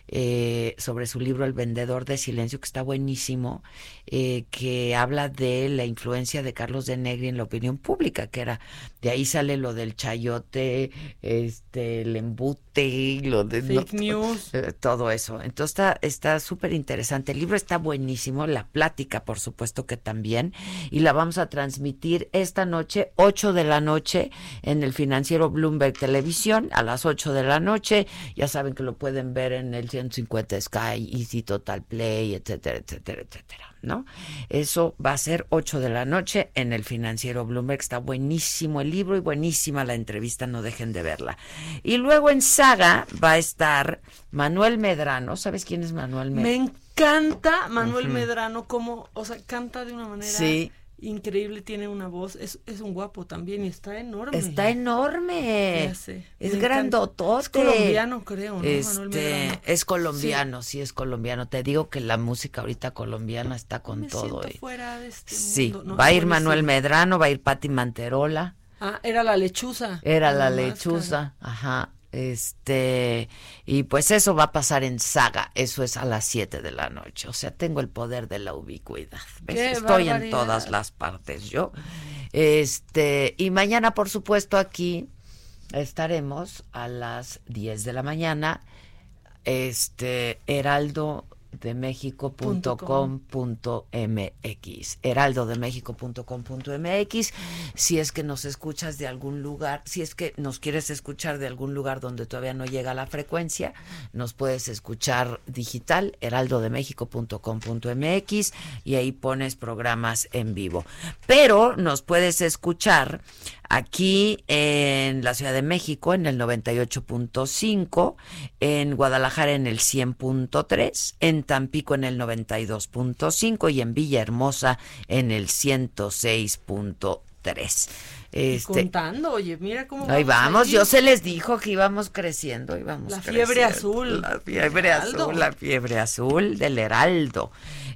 D: eh, sobre su libro El vendedor de silencio, que está buenísimo, eh, que habla de la influencia de Carlos de Negri en la opinión pública, que era, de ahí sale lo del chayote, este, el embute, lo de
E: fake
D: no,
E: news,
D: eh, todo eso. Entonces está está súper interesante. El libro está buenísimo, la plática, por supuesto que también, y la vamos a transmitir esta noche, ocho de la noche, en el financiero Bloomberg Televisión, a las ocho de la noche. Ya saben que lo pueden ver en el ciento cincuenta Sky, Easy, Total Play, etcétera, etcétera, etcétera, ¿no? Eso va a ser ocho de la noche en el financiero Bloomberg. Está buenísimo el libro y buenísima la entrevista, no dejen de verla. Y luego en Saga va a estar Manuel Medrano. ¿Sabes quién es Manuel Medrano?
E: Me encanta Manuel
D: Uh-huh.
E: Medrano, como, o sea, canta de una manera
D: Sí.
E: increíble, tiene una voz, es, es un guapo también y está enorme.
D: Está enorme.
E: Ya sé,
D: Es
E: me
D: grandotote.
E: Es colombiano, creo, ¿no? Manuel
D: Este,
E: Medrano.
D: es colombiano, sí. sí es colombiano. Te digo que la música ahorita colombiana está con
E: Me
D: todo.
E: siento
D: eh.
E: fuera de este
D: Sí,
E: mundo. No,
D: va a ir
E: buenísimo.
D: Manuel Medrano, va a ir Pati Manterola.
E: Ah, era la lechuza.
D: Era la
E: máscara.
D: lechuza, ajá. Este, y pues eso va a pasar en Saga, eso es a las siete de la noche. O sea, tengo el poder de la ubicuidad. ¿Ves?
E: ¡Qué
D: Estoy en
E: barbaridad!
D: todas las partes yo. Este, y mañana, por supuesto, aquí estaremos a las diez de la mañana. Este, Heraldo de México punto com punto m x, heraldo de México punto com punto m x. Si es que nos escuchas de algún lugar, si es que nos quieres escuchar de algún lugar donde todavía no llega la frecuencia, nos puedes escuchar digital, heraldo de México punto com punto m x, y ahí pones programas en vivo. Pero nos puedes escuchar aquí en la Ciudad de México en el noventa y ocho punto cinco, en Guadalajara en el cien punto tres, en Tampico en el noventa y dos punto cinco y en Villahermosa en el ciento seis punto tres. Este,
E: Y contando, oye, mira cómo
D: ahí vamos,
E: ahí.
D: yo se les dijo que íbamos creciendo, íbamos
E: La fiebre
D: creciendo.
E: azul.
D: La fiebre
E: Heraldo.
D: azul, la fiebre azul del Heraldo.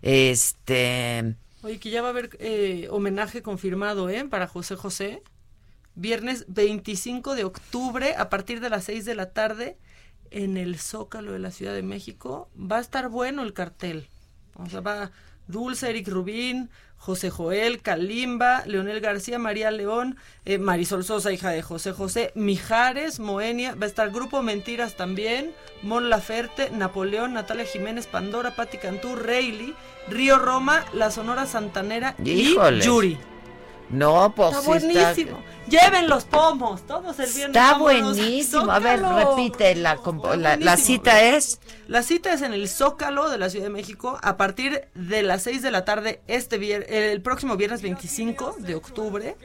D: Este,
E: Oye, que ya va a haber eh, homenaje confirmado, ¿eh? Para José José. Viernes veinticinco de octubre, a partir de las seis de la tarde, en el Zócalo de la Ciudad de México. Va a estar bueno el cartel. O sea, va, Dulce, Eric Rubín, José Joel, Kalimba, Leonel García, María León, eh, Marisol Sosa, hija de José José, Mijares, Moenia, va a estar Grupo Mentiras también, Mon Laferte, Napoleón, Natalia Jiménez, Pandora, Patti Cantú, Rayleigh, Río Roma, La Sonora Santanera
D: Híjoles.
E: y Yuri.
D: No, pues
E: Está
D: sí
E: buenísimo. Lleven los pomos, todos el viernes.
D: Está
E: vámonos.
D: buenísimo. A ver,
E: Zócalo.
D: repite, la, compo- la, la
E: buenísimo.
D: cita es...
E: La cita es en el Zócalo de la Ciudad de México a partir de las seis de la tarde este vier- el próximo viernes veinticinco de octubre.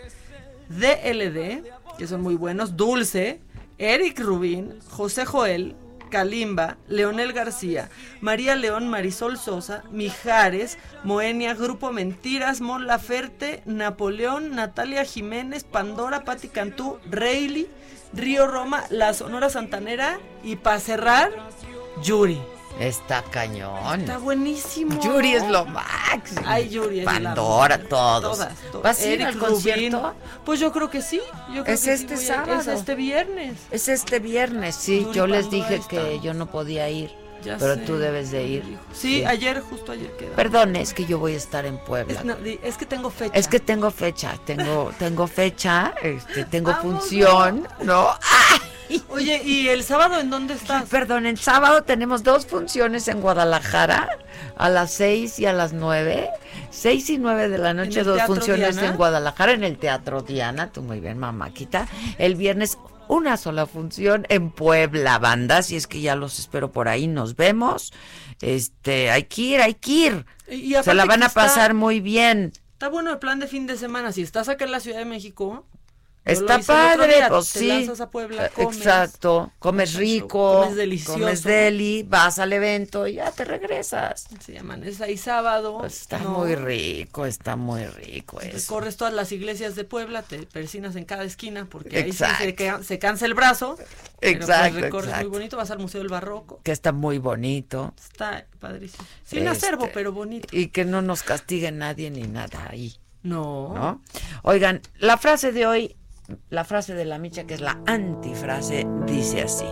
E: D L D, que son muy buenos, Dulce, Eric Rubín, José Joel, Kalimba, Leonel García, María León, Marisol Sosa, Mijares, Moenia, Grupo Mentiras, Mon Laferte, Napoleón, Natalia Jiménez, Pandora, Patti Cantú, Rayleigh, Río Roma, La Sonora Santanera y para cerrar, Yuri.
D: Está cañón.
E: Está buenísimo.
D: Yuri es lo máximo.
E: Ay, Yuri es
D: Pandora,
E: la...
D: todos.
E: Todas, todas.
D: ¿Vas a ir
E: Eric
D: al
E: Rubin.
D: concierto?
E: Pues yo creo que sí. Yo creo
D: Es
E: que
D: este
E: sí voy a-
D: sábado.
E: Es este viernes.
D: Es este viernes, sí.
E: Yuri
D: Yo les
E: Pandora
D: dije
E: está.
D: que yo no podía ir.
E: Ya
D: pero
E: sé,
D: tú debes de ir.
E: Sí,
D: Sí.
E: ayer, justo ayer quedó.
D: Perdón, es que yo voy a estar en Puebla.
E: Es, no, di- es que tengo fecha.
D: Es que tengo fecha, tengo, tengo fecha, este, tengo
E: Vamos,
D: función, ¿no? ¡Ay!
E: Oye, ¿y el sábado en dónde estás?
D: Perdón, el sábado tenemos dos funciones en Guadalajara, a las seis y a las nueve. Seis y nueve de la
E: ¿En
D: noche,
E: el
D: dos
E: Teatro
D: funciones
E: Diana?
D: en Guadalajara, en el Teatro Diana, tú muy bien, mamáquita. El viernes, una sola función en Puebla, banda, si es que ya los espero por ahí, nos vemos. Este, hay que ir, hay que ir.
E: Y- y
D: Se
E: aparte
D: la van
E: que
D: a
E: está-
D: pasar muy bien.
E: Está bueno el plan de fin de semana. Si estás acá en la Ciudad de México, yo lo
D: Está
E: hice el otro
D: padre,
E: día,
D: pues
E: te
D: sí.
E: lanzas a Puebla, comes.
D: Exacto, comes rico,
E: comes delicioso.
D: comes deli, vas al evento y ya te regresas.
E: Se amaneces ahí sábado.
D: Pues está
E: ¿no?
D: muy rico, está muy rico
E: Entonces,
D: eso.
E: corres todas las iglesias de Puebla, te persinas en cada esquina porque ahí sí
D: Exacto.
E: se, ca- se cansa el brazo. Pero
D: Exacto,
E: pues recorres
D: exacto.
E: muy bonito, vas al Museo del Barroco.
D: Que está muy bonito.
E: Está padrísimo. Sin
D: Este,
E: acervo, pero bonito.
D: Y que no nos castigue nadie ni nada ahí.
E: No.
D: ¿No? Oigan, la frase de hoy, la frase de la Micha, que es la antifrase, dice así.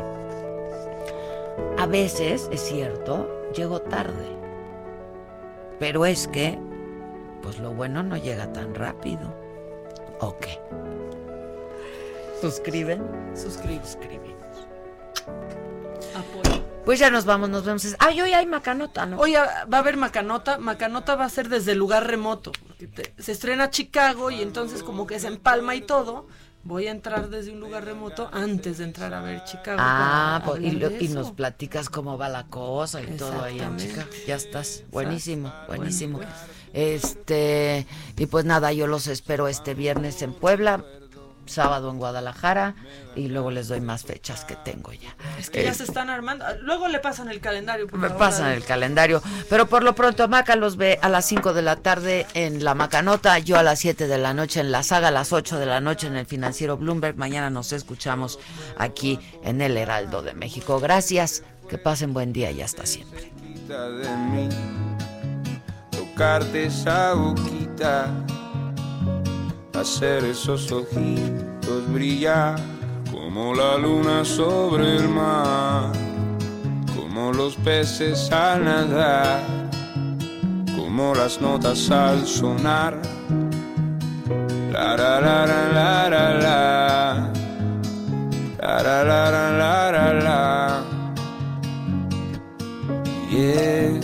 D: A veces, es cierto, llego tarde. Pero es que, pues lo bueno no llega tan rápido. ¿O qué? ¿Suscriben?
E: Suscribe.
D: Suscribimos.
E: Apoyo.
D: Pues ya nos vamos, nos vemos. Ay, hoy hay macanota, ¿no?
E: Oye, va a haber Macanota. Macanota va a ser desde lugar remoto. Porque te- se estrena Chicago y entonces como que se empalma y todo. Voy a entrar desde un lugar remoto antes de entrar a ver Chicago.
D: Ah,
E: para
D: pues, y,
E: hablar
D: lo-
E: de
D: y
E: eso.
D: nos platicas cómo va la cosa y todo ahí en Chicago. Ya estás, buenísimo, buenísimo.
E: Bueno,
D: Este, y pues nada, yo los espero este viernes en Puebla, sábado en Guadalajara y luego les doy más fechas que tengo ya.
E: Es que ya
D: Eh,
E: se están armando. Luego le pasan el calendario. por
D: Me
E: favor,
D: pasan
E: Adri.
D: el calendario, pero por lo pronto Maca los ve a las cinco de la tarde en La Macanota, yo a las siete de la noche en La Saga, a las ocho de la noche en el Financiero Bloomberg. Mañana nos escuchamos aquí en el Heraldo de México. Gracias, que pasen buen día y hasta siempre.
A: De mí, tocarte esa boquita, hacer esos ojitos brillar como la luna sobre el mar, como los peces al nadar, como las notas al sonar. La la la la la la la, la la la la la la la. Yeah.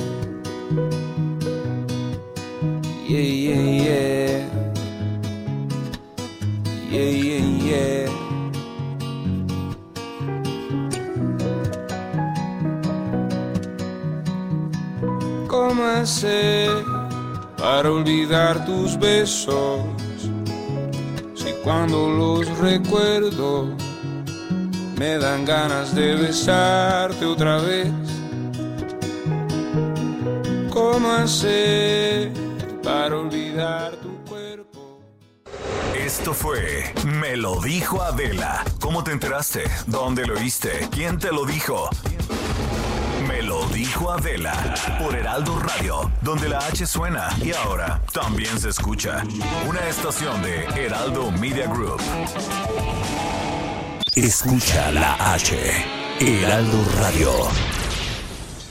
A: Yeah, yeah, yeah. Yeah, yeah, yeah. ¿Cómo hacer para olvidar tus besos? Si cuando los recuerdo me dan ganas de besarte otra vez. ¿Cómo hacer para olvidar tu cuerpo?
G: Esto fue Me lo dijo Adela. ¿Cómo te enteraste? ¿Dónde lo oíste? ¿Quién te lo dijo? Me lo dijo Adela por Heraldo Radio, donde la H suena y ahora también se escucha. Una estación de Heraldo Media Group. Escucha la H. Heraldo Radio.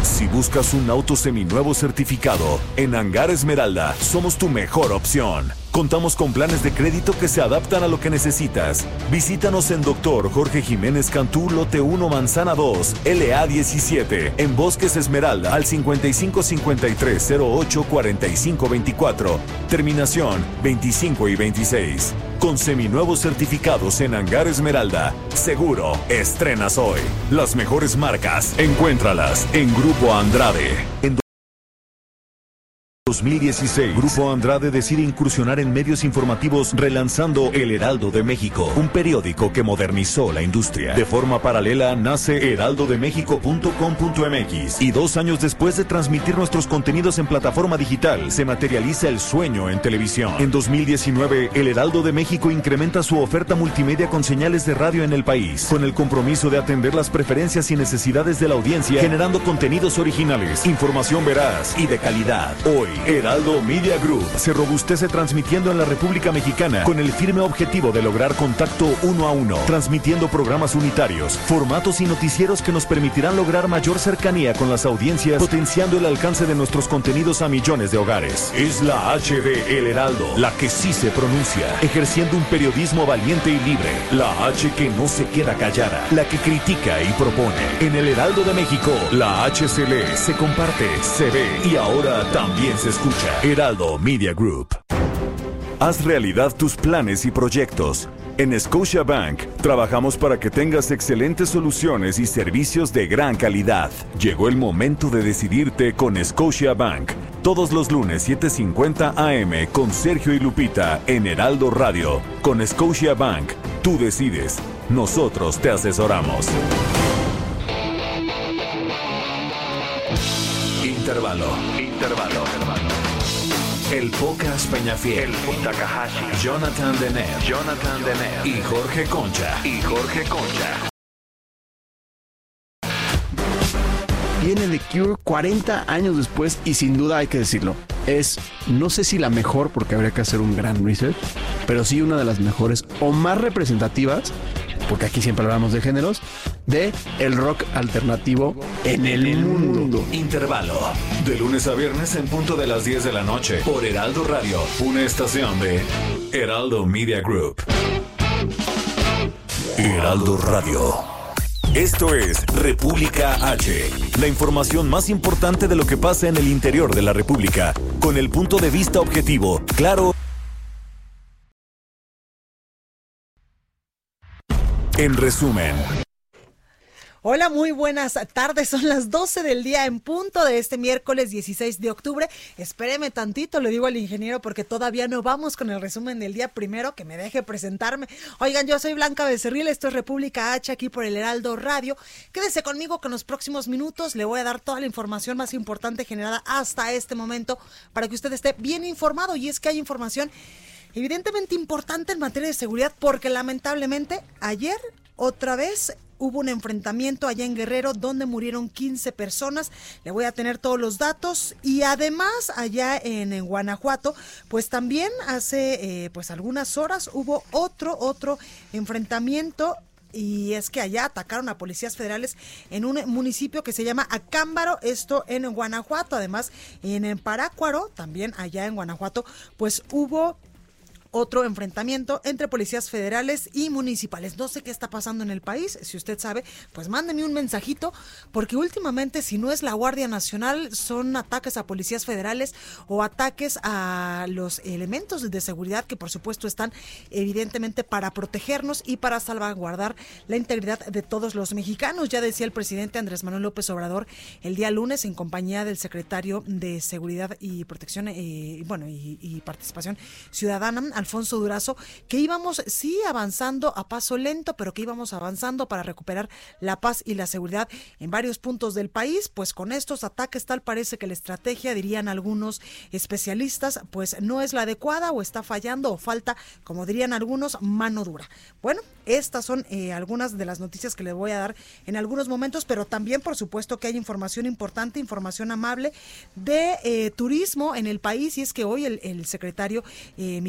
G: Si buscas un auto seminuevo certificado, en Hangar Esmeralda somos tu mejor opción. Contamos con planes de crédito que se adaptan a lo que necesitas. Visítanos en Doctor Jorge Jiménez Cantú, lote uno, Manzana dos, L A diecisiete, en Bosques Esmeralda, al cincuenta y cinco cincuenta y tres cero ocho cuarenta y cinco veinticuatro. Terminación veinticinco y veintiséis. Con seminuevos certificados en Hangar Esmeralda, seguro estrenas hoy. Las mejores marcas, encuéntralas en Grupo Andrade. En dos mil dieciséis, Grupo Andrade decide incursionar en medios informativos relanzando El Heraldo de México, un periódico que modernizó la industria. De forma paralela nace heraldo de méxico punto com punto m x y dos años después de transmitir nuestros contenidos en plataforma digital, se materializa el sueño en televisión. En dos mil diecinueve, El Heraldo de México incrementa su oferta multimedia con señales de radio en el país, con el compromiso de atender las preferencias y necesidades de la audiencia, generando contenidos originales, información veraz y de calidad. Hoy, Heraldo Media Group se robustece transmitiendo en la República Mexicana con el firme objetivo de lograr contacto uno a uno, transmitiendo programas unitarios, formatos y noticieros que nos permitirán lograr mayor cercanía con las audiencias, potenciando el alcance de nuestros contenidos a millones de hogares. Es la H de El Heraldo, la que sí se pronuncia, ejerciendo un periodismo valiente y libre. La H que no se queda callada, la que critica y propone. En El Heraldo de México, la H se lee, se comparte, se ve y ahora también se escucha. Heraldo Media Group. Haz realidad tus planes y proyectos. En Scotiabank trabajamos para que tengas excelentes soluciones y servicios de gran calidad. Llegó el momento de decidirte con Scotiabank. Todos los lunes siete cincuenta a eme con Sergio y Lupita en Heraldo Radio. Con Scotiabank, tú decides. Nosotros te asesoramos. Intervalo. Intervalo. El Pocas Peñafiel, el Takahashi, Jonathan Denner, Jonathan Denner y Jorge Concha, y Jorge Concha.
B: Viene The Cure cuarenta años después y sin duda hay que decirlo, es, no sé si la mejor porque habría que hacer un gran research, pero sí una de las mejores o más representativas, porque aquí siempre hablamos de géneros, de el rock alternativo en el, en el mundo. mundo.
G: Intervalo. De lunes a viernes en punto de las diez de la noche por Heraldo Radio, una estación de Heraldo Media Group. Heraldo Radio. Esto es República H, la información más importante de lo que pasa en el interior de la República, con el punto de vista objetivo, claro. En resumen.
V: Hola, muy buenas tardes. Son las doce del día en punto de este miércoles dieciséis de octubre. Espéreme tantito, le digo al ingeniero, porque todavía no vamos con el resumen del día. Primero que me deje presentarme. Oigan, yo soy Blanca Becerril, esto es República H aquí por el Heraldo Radio. Quédese conmigo que en los próximos minutos le voy a dar toda la información más importante generada hasta este momento para que usted esté bien informado. Y es que hay información evidentemente importante en materia de seguridad porque lamentablemente ayer otra vez hubo un enfrentamiento allá en Guerrero donde murieron quince personas. Le voy a tener todos los datos. Y además allá en, en Guanajuato, pues también hace eh, pues algunas horas hubo otro, otro enfrentamiento. Y es que allá atacaron a policías federales en un municipio que se llama Acámbaro, esto en Guanajuato. Además, en Parácuaro, también allá en Guanajuato, pues hubo otro enfrentamiento entre policías federales y municipales. No sé qué está pasando en el país. Si usted sabe, pues mándeme un mensajito, porque últimamente, si no es la Guardia Nacional, son ataques a policías federales o ataques a los elementos de seguridad que por supuesto están evidentemente para protegernos y para salvaguardar la integridad de todos los mexicanos. Ya decía el presidente Andrés Manuel López Obrador el día lunes en compañía del secretario de Seguridad y Protección eh, bueno y, y Participación Ciudadana, Alfonso Durazo, que íbamos sí avanzando a paso lento, pero que íbamos avanzando para recuperar la paz y la seguridad en varios puntos del país. Pues con estos ataques tal parece que la estrategia, dirían algunos especialistas, pues no es la adecuada o está fallando o falta, como dirían algunos, mano dura. Bueno, estas son eh, algunas de las noticias que les voy a dar en algunos momentos, pero también por supuesto que hay información importante, información amable de eh, turismo en el país, y es que hoy el, el secretario eh, Miguel Torruco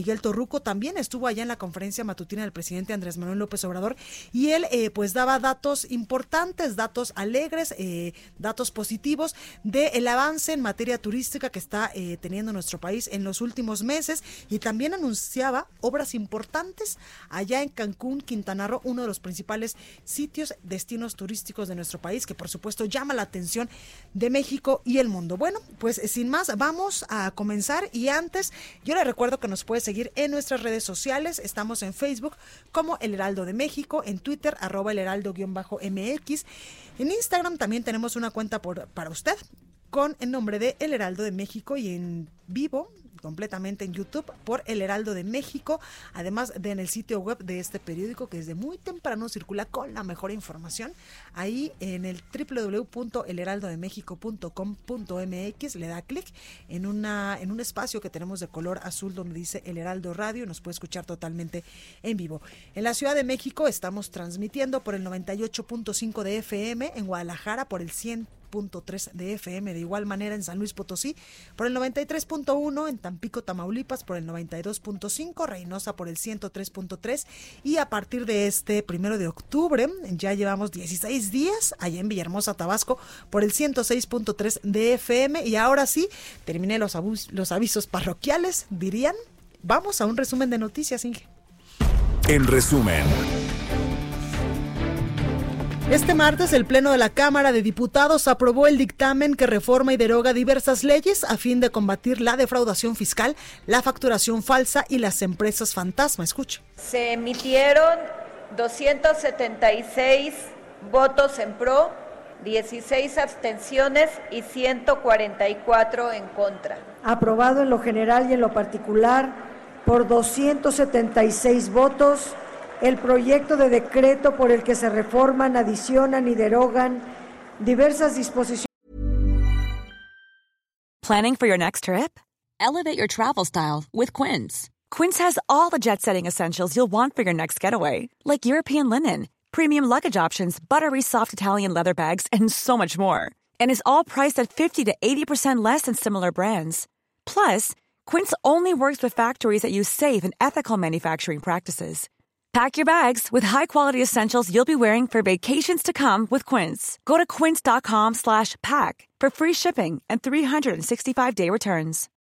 V: Torruco también estuvo allá en la conferencia matutina del presidente Andrés Manuel López Obrador y él eh, pues daba datos importantes, datos alegres, eh, datos positivos del avance en materia turística que está eh, teniendo nuestro país en los últimos meses y también anunciaba obras importantes allá en Cancún, Quintana Roo, uno de los principales sitios, destinos turísticos de nuestro país que por supuesto llama la atención de México y el mundo. Bueno, pues sin más vamos a comenzar y antes yo le recuerdo que nos puede seguir en nuestras redes sociales, estamos en Facebook como El Heraldo de México, en Twitter arroba el heraldo-M X, en Instagram también tenemos una cuenta por, para usted con el nombre de El Heraldo de México y en vivo completamente en YouTube por El Heraldo de México, además de en el sitio web de este periódico que desde muy temprano circula con la mejor información, ahí en el doble u doble u doble u punto el heraldo de méxico punto com punto m x le da clic en una en un espacio que tenemos de color azul donde dice El Heraldo Radio, nos puede escuchar totalmente en vivo. En la Ciudad de México estamos transmitiendo por el noventa y ocho punto cinco de F M, en Guadalajara por el cien punto tres de F M, de igual manera en San Luis Potosí por el noventa y tres punto uno, en Tampico, Tamaulipas por el noventa y dos punto cinco, Reynosa por el ciento tres punto tres y a partir de este primero de octubre ya llevamos dieciséis días allá en Villahermosa, Tabasco por el ciento seis punto tres de F M y ahora sí, terminé los, abus- los avisos parroquiales, dirían, vamos a un resumen de noticias, Inge.
G: En resumen.
V: Este martes, el Pleno de la Cámara de Diputados aprobó el dictamen que reforma y deroga diversas leyes a fin de combatir la defraudación fiscal, la facturación falsa y las empresas fantasma. Escuche.
C: Se emitieron doscientos setenta y seis votos en pro, dieciséis abstenciones y ciento cuarenta y cuatro en contra.
F: Aprobado en lo general y en lo particular por doscientos setenta y seis votos. El proyecto de decreto por el que se reforman, adicionan y derogan diversas disposiciones.
W: Planning for your next trip? Elevate your travel style with Quince. Quince has all the jet-setting essentials you'll want for your next getaway, like European linen, premium luggage options, buttery soft Italian leather bags, and so much more. And is all priced at fifty to eighty percent less than similar brands. Plus, Quince only works with factories that use safe and ethical manufacturing practices. Pack your bags with high-quality essentials you'll be wearing for vacations to come with Quince. Go to quince.com slash pack for free shipping and three sixty-five day returns.